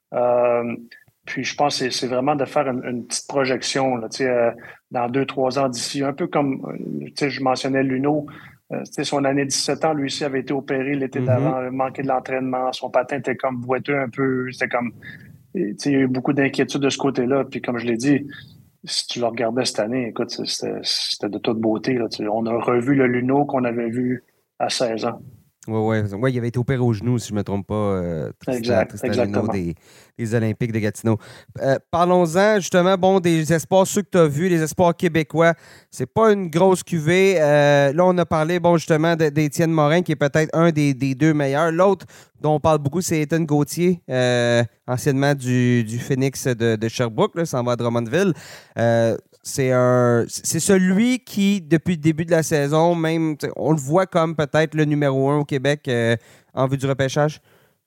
Euh, puis, je pense que c'est, c'est vraiment de faire une, une petite projection là, euh, dans deux, trois ans d'ici. Un peu comme, je mentionnais Luno, euh, son année dix-sept ans, lui aussi avait été opéré l'été mm-hmm. d'avant, il manquait de l'entraînement, son patin était comme boiteux un peu, c'était comme, il y a eu beaucoup d'inquiétudes de ce côté-là. Puis, comme je l'ai dit, si tu le regardais cette année, écoute, c'était, c'était de toute beauté. Là. On a revu le Luno qu'on avait vu à seize ans. Oui, oui. Ouais, il avait été opéré au genou, si je ne me trompe pas. Euh, Tristan, exact, Tristan exactement. Luno des, des Olympiques de Gatineau. Euh, parlons-en, justement, bon, des espoirs, ceux que tu as vus, les espoirs québécois. C'est pas une grosse cuvée. Euh, là, on a parlé, bon, justement, d'Étienne Morin, qui est peut-être un des, des deux meilleurs. L'autre dont on parle beaucoup, c'est Ethan Gauthier, euh, anciennement du, du Phoenix de, de Sherbrooke, là, s'en va à Drummondville. Euh, C'est, un, c'est celui qui, depuis le début de la saison, même, on le voit comme peut-être le numéro un au Québec euh, en vue du repêchage?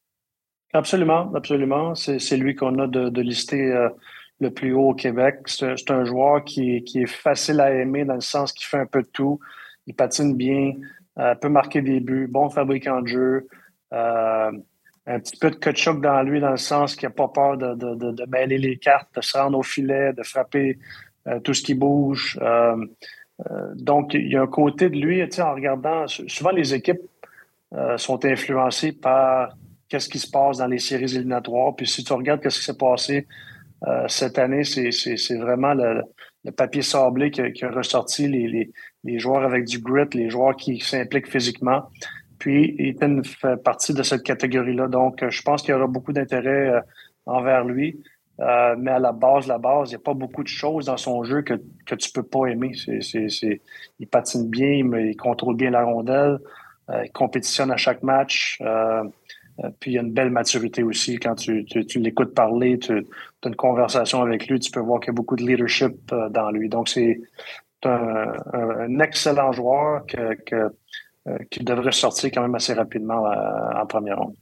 Absolument, absolument. C'est, c'est lui qu'on a de, de lister euh, le plus haut au Québec. C'est, c'est un joueur qui, qui est facile à aimer dans le sens qu'il fait un peu de tout. Il patine bien, euh, peut marquer des buts, bon fabricant de jeu. Euh, un petit peu de cut-choc dans lui dans le sens qu'il n'a pas peur de, de, de, de mêler les cartes, de se rendre au filet, de frapper Euh, tout ce qui bouge. Euh, euh, donc, il y a un côté de lui, tu sais, en regardant, souvent les équipes euh, sont influencées par qu'est-ce qui se passe dans les séries éliminatoires. Puis si tu regardes qu'est-ce qui s'est passé euh, cette année, c'est, c'est, c'est vraiment le, le papier sablé qui a, qui a ressorti les, les, les joueurs avec du grit, les joueurs qui s'impliquent physiquement. Puis, Ethan fait partie de cette catégorie-là. Donc, je pense qu'il y aura beaucoup d'intérêt euh, envers lui. Euh, mais à la base, la base, il n'y a pas beaucoup de choses dans son jeu que, que tu peux pas aimer. C'est, c'est, c'est, il patine bien, mais il contrôle bien la rondelle, euh, il compétitionne à chaque match. Euh, Euh, puis il y a une belle maturité aussi. Quand tu, tu, tu l'écoutes parler, tu as une conversation avec lui, tu peux voir qu'il y a beaucoup de leadership euh, dans lui. Donc, c'est un, un, un excellent joueur que, que, euh, qui devrait sortir quand même assez rapidement euh, en première ronde.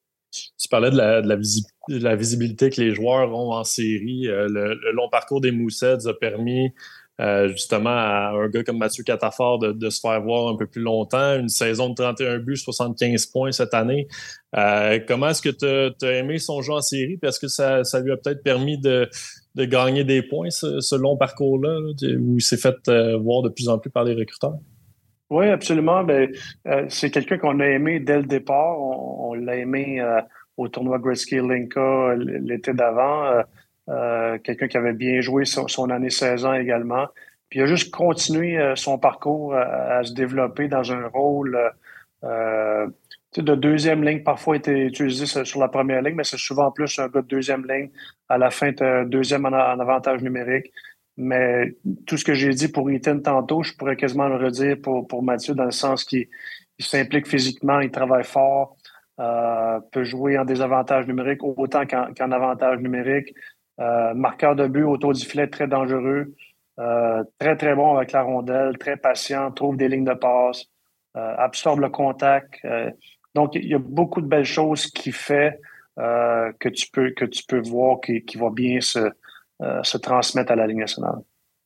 Tu parlais de la, de, la visi- de la visibilité que les joueurs ont en série. Euh, le, le long parcours des Mooseheads a permis euh, justement à un gars comme Mathieu Catafort de, de se faire voir un peu plus longtemps. Une saison de trente et un buts, soixante-quinze points cette année. Euh, comment est-ce que tu as aimé son jeu en série? Parce que ça, ça lui a peut-être permis de, de gagner des points, ce, ce long parcours-là, là, où il s'est fait euh, voir de plus en plus par les recruteurs? Oui, absolument. Ben, euh, c'est quelqu'un qu'on a aimé dès le départ. On, on l'a aimé euh, au tournoi Gretzky-Linka l'été d'avant. Euh, euh, quelqu'un qui avait bien joué son, son année seize ans également. Puis il a juste continué euh, son parcours à, à se développer dans un rôle euh, de deuxième ligne. Parfois, il était utilisé sur la première ligne, mais c'est souvent plus un gars de deuxième ligne. À la fin, deuxième en, en avantage numérique. Mais tout ce que j'ai dit pour Ethan tantôt, je pourrais quasiment le redire pour, pour Mathieu, dans le sens qu'il il s'implique physiquement, il travaille fort, euh, peut jouer en désavantage numérique autant qu'en, qu'en avantage numérique. Euh, marqueur de but autour du filet, très dangereux. Euh, très, très bon avec la rondelle, très patient, trouve des lignes de passe, euh, absorbe le contact. Euh, donc, il y a beaucoup de belles choses qu'il fait euh, que tu peux que tu peux voir qui, qui va bien se Euh, se transmettre à la Ligue nationale.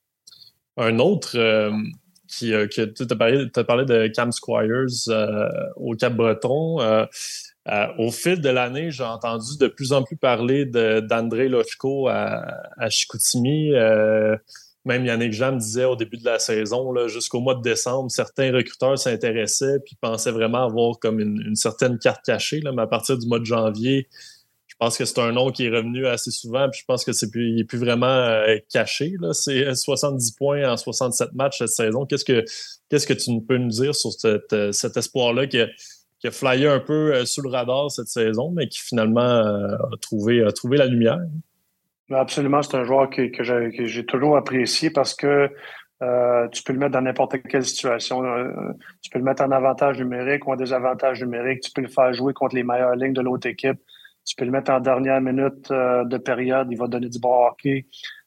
Un autre euh, qui, euh, qui tu as parlé, t'as parlé de Cam Squires euh, au Cap-Breton. Euh, euh, au fil de l'année, j'ai entendu de plus en plus parler de, d'Andrei Lochko à, à Chicoutimi. Euh, même Yannick Jean me disait au début de la saison, là, jusqu'au mois de décembre, certains recruteurs s'intéressaient puis pensaient vraiment avoir comme une, une certaine carte cachée. Là, mais à partir du mois de janvier, je pense que c'est un nom qui est revenu assez souvent, puis je pense que c'est plus, il est plus vraiment euh, caché. Là. C'est soixante-dix points en soixante-sept matchs cette saison. Qu'est-ce que, qu'est-ce que tu peux nous dire sur cette, cet espoir-là qui a, qui a flyé un peu euh, sous le radar cette saison, mais qui finalement euh, a, trouvé, a trouvé la lumière? Absolument, c'est un joueur que, que, j'ai, que j'ai toujours apprécié parce que euh, tu peux le mettre dans n'importe quelle situation. Euh, tu peux le mettre en avantage numérique ou en désavantage numérique. Tu peux le faire jouer contre les meilleures lignes de l'autre équipe. Tu peux le mettre en dernière minute euh, de période, il va donner du bon hockey.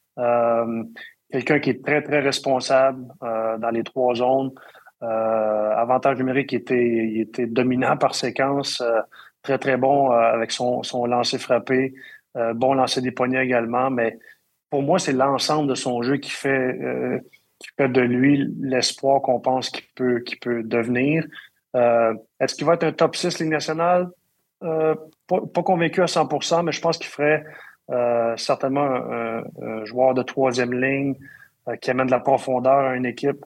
Euh, quelqu'un qui est très, très responsable euh, dans les trois zones. Euh, avantage numérique, il était, il était dominant par séquence, euh, très, très bon euh, avec son, son lancer frappé, euh, bon lancer des poignets également. Mais pour moi, c'est l'ensemble de son jeu qui fait, euh, qui fait de lui l'espoir qu'on pense qu'il peut, qu'il peut devenir. Euh, est-ce qu'il va être un top six Ligue nationale? Euh, pas, pas convaincu à cent pour cent, mais je pense qu'il ferait euh, certainement un, un, un joueur de troisième ligne euh, qui amène de la profondeur à une équipe.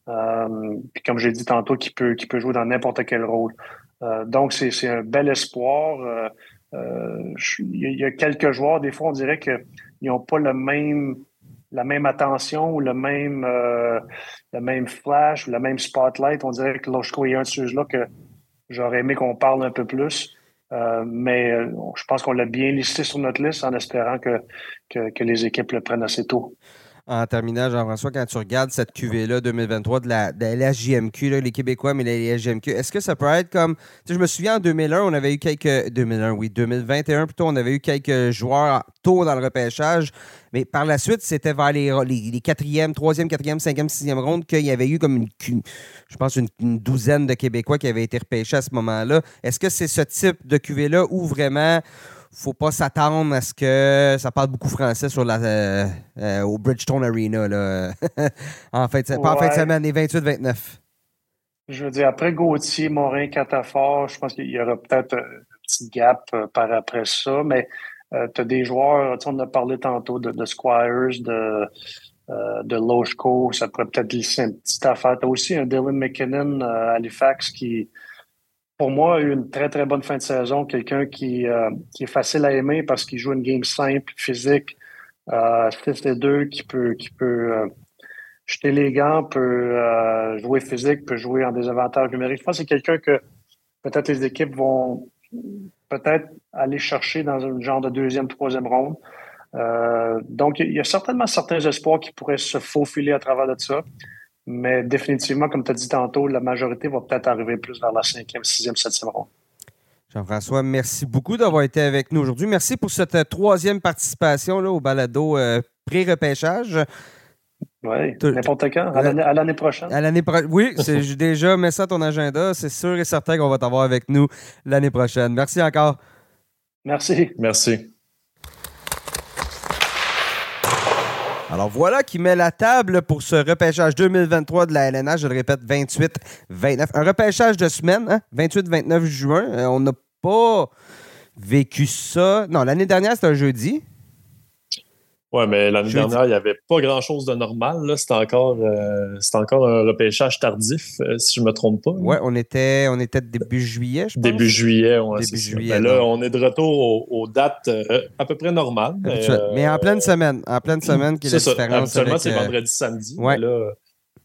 Euh, puis comme j'ai dit tantôt, qui peut, qui peut jouer dans n'importe quel rôle. Euh, donc, c'est, c'est un bel espoir. Euh, euh, je, il y a quelques joueurs, des fois, on dirait qu'ils n'ont pas le même, la même attention ou le même, euh, le même flash ou le même spotlight. On dirait que Lochko est un de ceux-là que j'aurais aimé qu'on parle un peu plus. Euh, mais euh, je pense qu'on l'a bien listé sur notre liste en espérant que, que, que les équipes le prennent assez tôt. En terminant, Jean-François, quand tu regardes cette Q V-là deux mille vingt-trois de la, de la L H J M Q, là, les Québécois, mais la L H J M Q, est-ce que ça peut être comme... Tu sais, je me souviens, en deux mille un, on avait eu quelques... deux mille un, oui, deux mille vingt et un plutôt, on avait eu quelques joueurs tôt dans le repêchage, mais par la suite, c'était vers les, les, les quatrième, troisième, quatrième, cinquième, sixième ronde qu'il y avait eu comme une... Je pense une, une douzaine de Québécois qui avaient été repêchés à ce moment-là. Est-ce que c'est ce type de Q V-là où vraiment... Faut pas s'attendre à ce que ça parle beaucoup français sur la, euh, euh, au Bridgestone Arena là. en fait, ouais. Pas en fin de semaine, les vingt-huit vingt-neuf. Je veux dire, après Gauthier, Morin, Catafort, je pense qu'il y aura peut-être un petit gap euh, par après ça, mais euh, tu as des joueurs, on a parlé tantôt de, de Squires, de, euh, de Lochko, ça pourrait peut-être glisser une petite affaire. Tu as aussi un Dylan McKinnon euh, à Halifax qui, pour moi, a eu une très, très bonne fin de saison. Quelqu'un qui, euh, qui est facile à aimer parce qu'il joue une game simple, physique, euh, six et deux, qui peut, qui peut euh, jeter les gants, peut euh, jouer physique, peut jouer en désavantage numérique. Je pense que c'est quelqu'un que peut-être les équipes vont peut-être aller chercher dans un genre de deuxième, troisième ronde. Euh, donc, il y a certainement certains espoirs qui pourraient se faufiler à travers de ça. Mais définitivement, comme tu as dit tantôt, la majorité va peut-être arriver plus vers la cinquième, sixième, septième ronde. Jean-François, merci beaucoup d'avoir été avec nous aujourd'hui. Merci pour cette euh, troisième participation là, au balado euh, pré-repêchage. Oui, n'importe quand, à l'année, à l'année prochaine. À l'année pro- oui, c'est déjà, mets ça à ton agenda. C'est sûr et certain qu'on va t'avoir avec nous l'année prochaine. Merci encore. Merci. Merci. Alors voilà qui met la table pour ce repêchage deux mille vingt-trois de la L N H. Je le répète, vingt-huit vingt-neuf. Un repêchage de semaine, hein? vingt-huit vingt-neuf juin. Euh, on n'a pas vécu ça. Non, l'année dernière, c'était un jeudi. Oui, mais l'année Jeudi. dernière, il n'y avait pas grand-chose de normal. Là. C'était, encore, euh, c'était encore un repêchage tardif, euh, si je ne me trompe pas. Oui, on était, on était début juillet, je pense. Début juillet, oui. Début c'est juillet. Ben là, non. on est de retour aux, aux dates euh, à peu près normales. Mais, euh, mais en pleine semaine. En pleine semaine, qui est, c'est la ça. différence. Habituellement, avec, c'est euh... vendredi, samedi. Ouais. Mais là,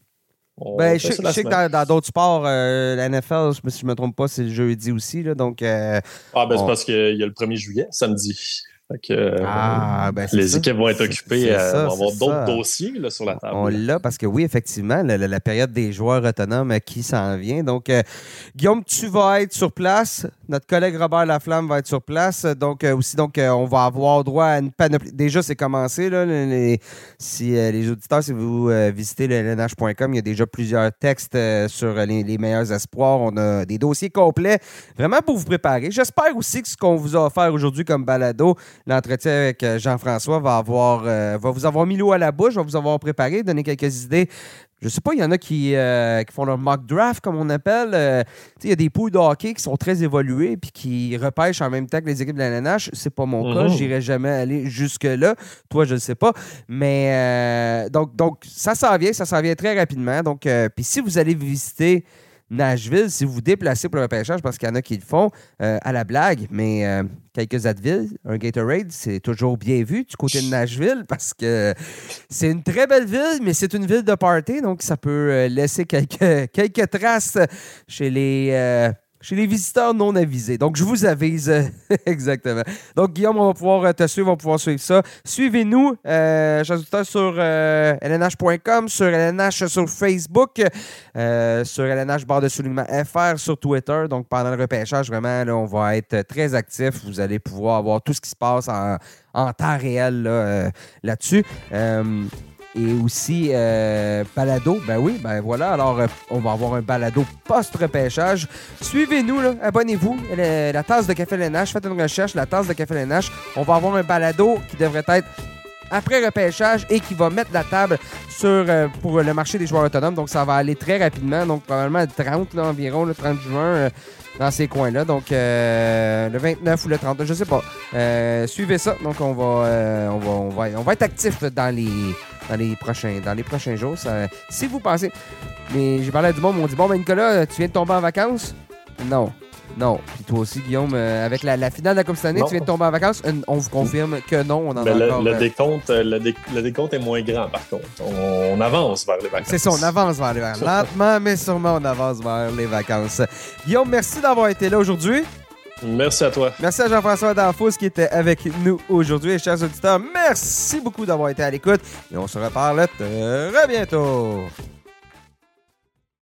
on ben, fait je, ça la je sais que semaine. dans, dans d'autres sports, euh, la N F L, si je ne me trompe pas, c'est le jeudi aussi. Là, donc, euh, Ah, ben on... c'est parce qu'il y a le premier juillet, samedi. Fait que, euh, ah, ben, c'est les ça. équipes vont être occupées, c'est, c'est euh, ça, vont avoir c'est d'autres ça. dossiers là, sur la table. On l'a parce que oui, effectivement, la, la, la période des joueurs autonomes euh, qui s'en vient. Donc, euh, Guillaume, tu vas être sur place. Notre collègue Robert Laflamme va être sur place. Donc, euh, aussi, donc, euh, on va avoir droit à une panoplie. Déjà, c'est commencé. Là, les, les, si euh, les auditeurs, si vous euh, visitez le L N H point com, il y a déjà plusieurs textes euh, sur les, les meilleurs espoirs. On a des dossiers complets, vraiment pour vous préparer. J'espère aussi que ce qu'on vous a offert aujourd'hui comme balado, l'entretien avec Jean-François va avoir euh, va vous avoir mis l'eau à la bouche, va vous avoir préparé, donné quelques idées. Je sais pas, il y en a qui, euh, qui font leur mock draft, comme on appelle. Euh, il y a des poules de hockey qui sont très évoluées puis qui repêchent en même temps que les équipes de la L N H. C'est pas mon mm-hmm. cas. J'irai jamais aller jusque-là. Toi, je ne sais pas. Mais euh, donc, donc, ça s'en vient. Ça s'en vient très rapidement. Donc, euh, puis si vous allez visiter Nashville, si vous vous déplacez pour le repêchage, parce qu'il y en a qui le font euh, à la blague, mais euh, quelques Advil, un Gatorade, c'est toujours bien vu du côté de Nashville parce que c'est une très belle ville, mais c'est une ville de party, donc ça peut euh, laisser quelques, quelques traces chez les... Euh, Chez les visiteurs non avisés. Donc, je vous avise exactement. Donc, Guillaume, on va pouvoir te suivre, on va pouvoir suivre ça. Suivez-nous, euh, chers auditeurs, sur euh, L N H point com, sur L N H sur Facebook, euh, sur L N H barre de soulignement F R sur Twitter. Donc, pendant le repêchage, vraiment, là, on va être très actifs. Vous allez pouvoir avoir tout ce qui se passe en, en temps réel là, euh, là-dessus. Euh, Et aussi, euh, balado, ben oui, ben voilà. Alors, euh, on va avoir un balado post-repêchage. Suivez-nous, là, abonnez-vous. La, la tasse de Café L N H, faites une recherche, la tasse de Café L N H. On va avoir un balado qui devrait être après repêchage et qui va mettre la table sur, euh, pour le marché des joueurs autonomes. Donc, ça va aller très rapidement. Donc, probablement le trente, là, environ, le trente juin, euh, dans ces coins-là. Donc, euh, le vingt-neuf ou le trente, je sais pas. Euh, suivez ça. Donc, on va, euh, on va, on va, on va être actifs dans les... Dans les, prochains, dans les prochains jours. Ça, si vous pensez... Mais j'ai parlé à du monde, ils m'ont dit « Bon, ben Nicolas, tu viens de tomber en vacances? » Non. Non. Puis toi aussi, Guillaume, euh, avec la, la finale de la Coupe Stanley, tu viens de tomber en vacances? Euh, on vous confirme que non. On en Mais a le, encore... Le, euh... décompte, le, dé, le décompte est moins grand, par contre. On, on avance vers les vacances. C'est ça, on avance vers les vacances. Lentement, mais sûrement, on avance vers les vacances. Guillaume, merci d'avoir été là aujourd'hui. Merci à toi. Merci à Jean-François Danfous qui était avec nous aujourd'hui. Et chers auditeurs, merci beaucoup d'avoir été à l'écoute. Et on se reparle très bientôt.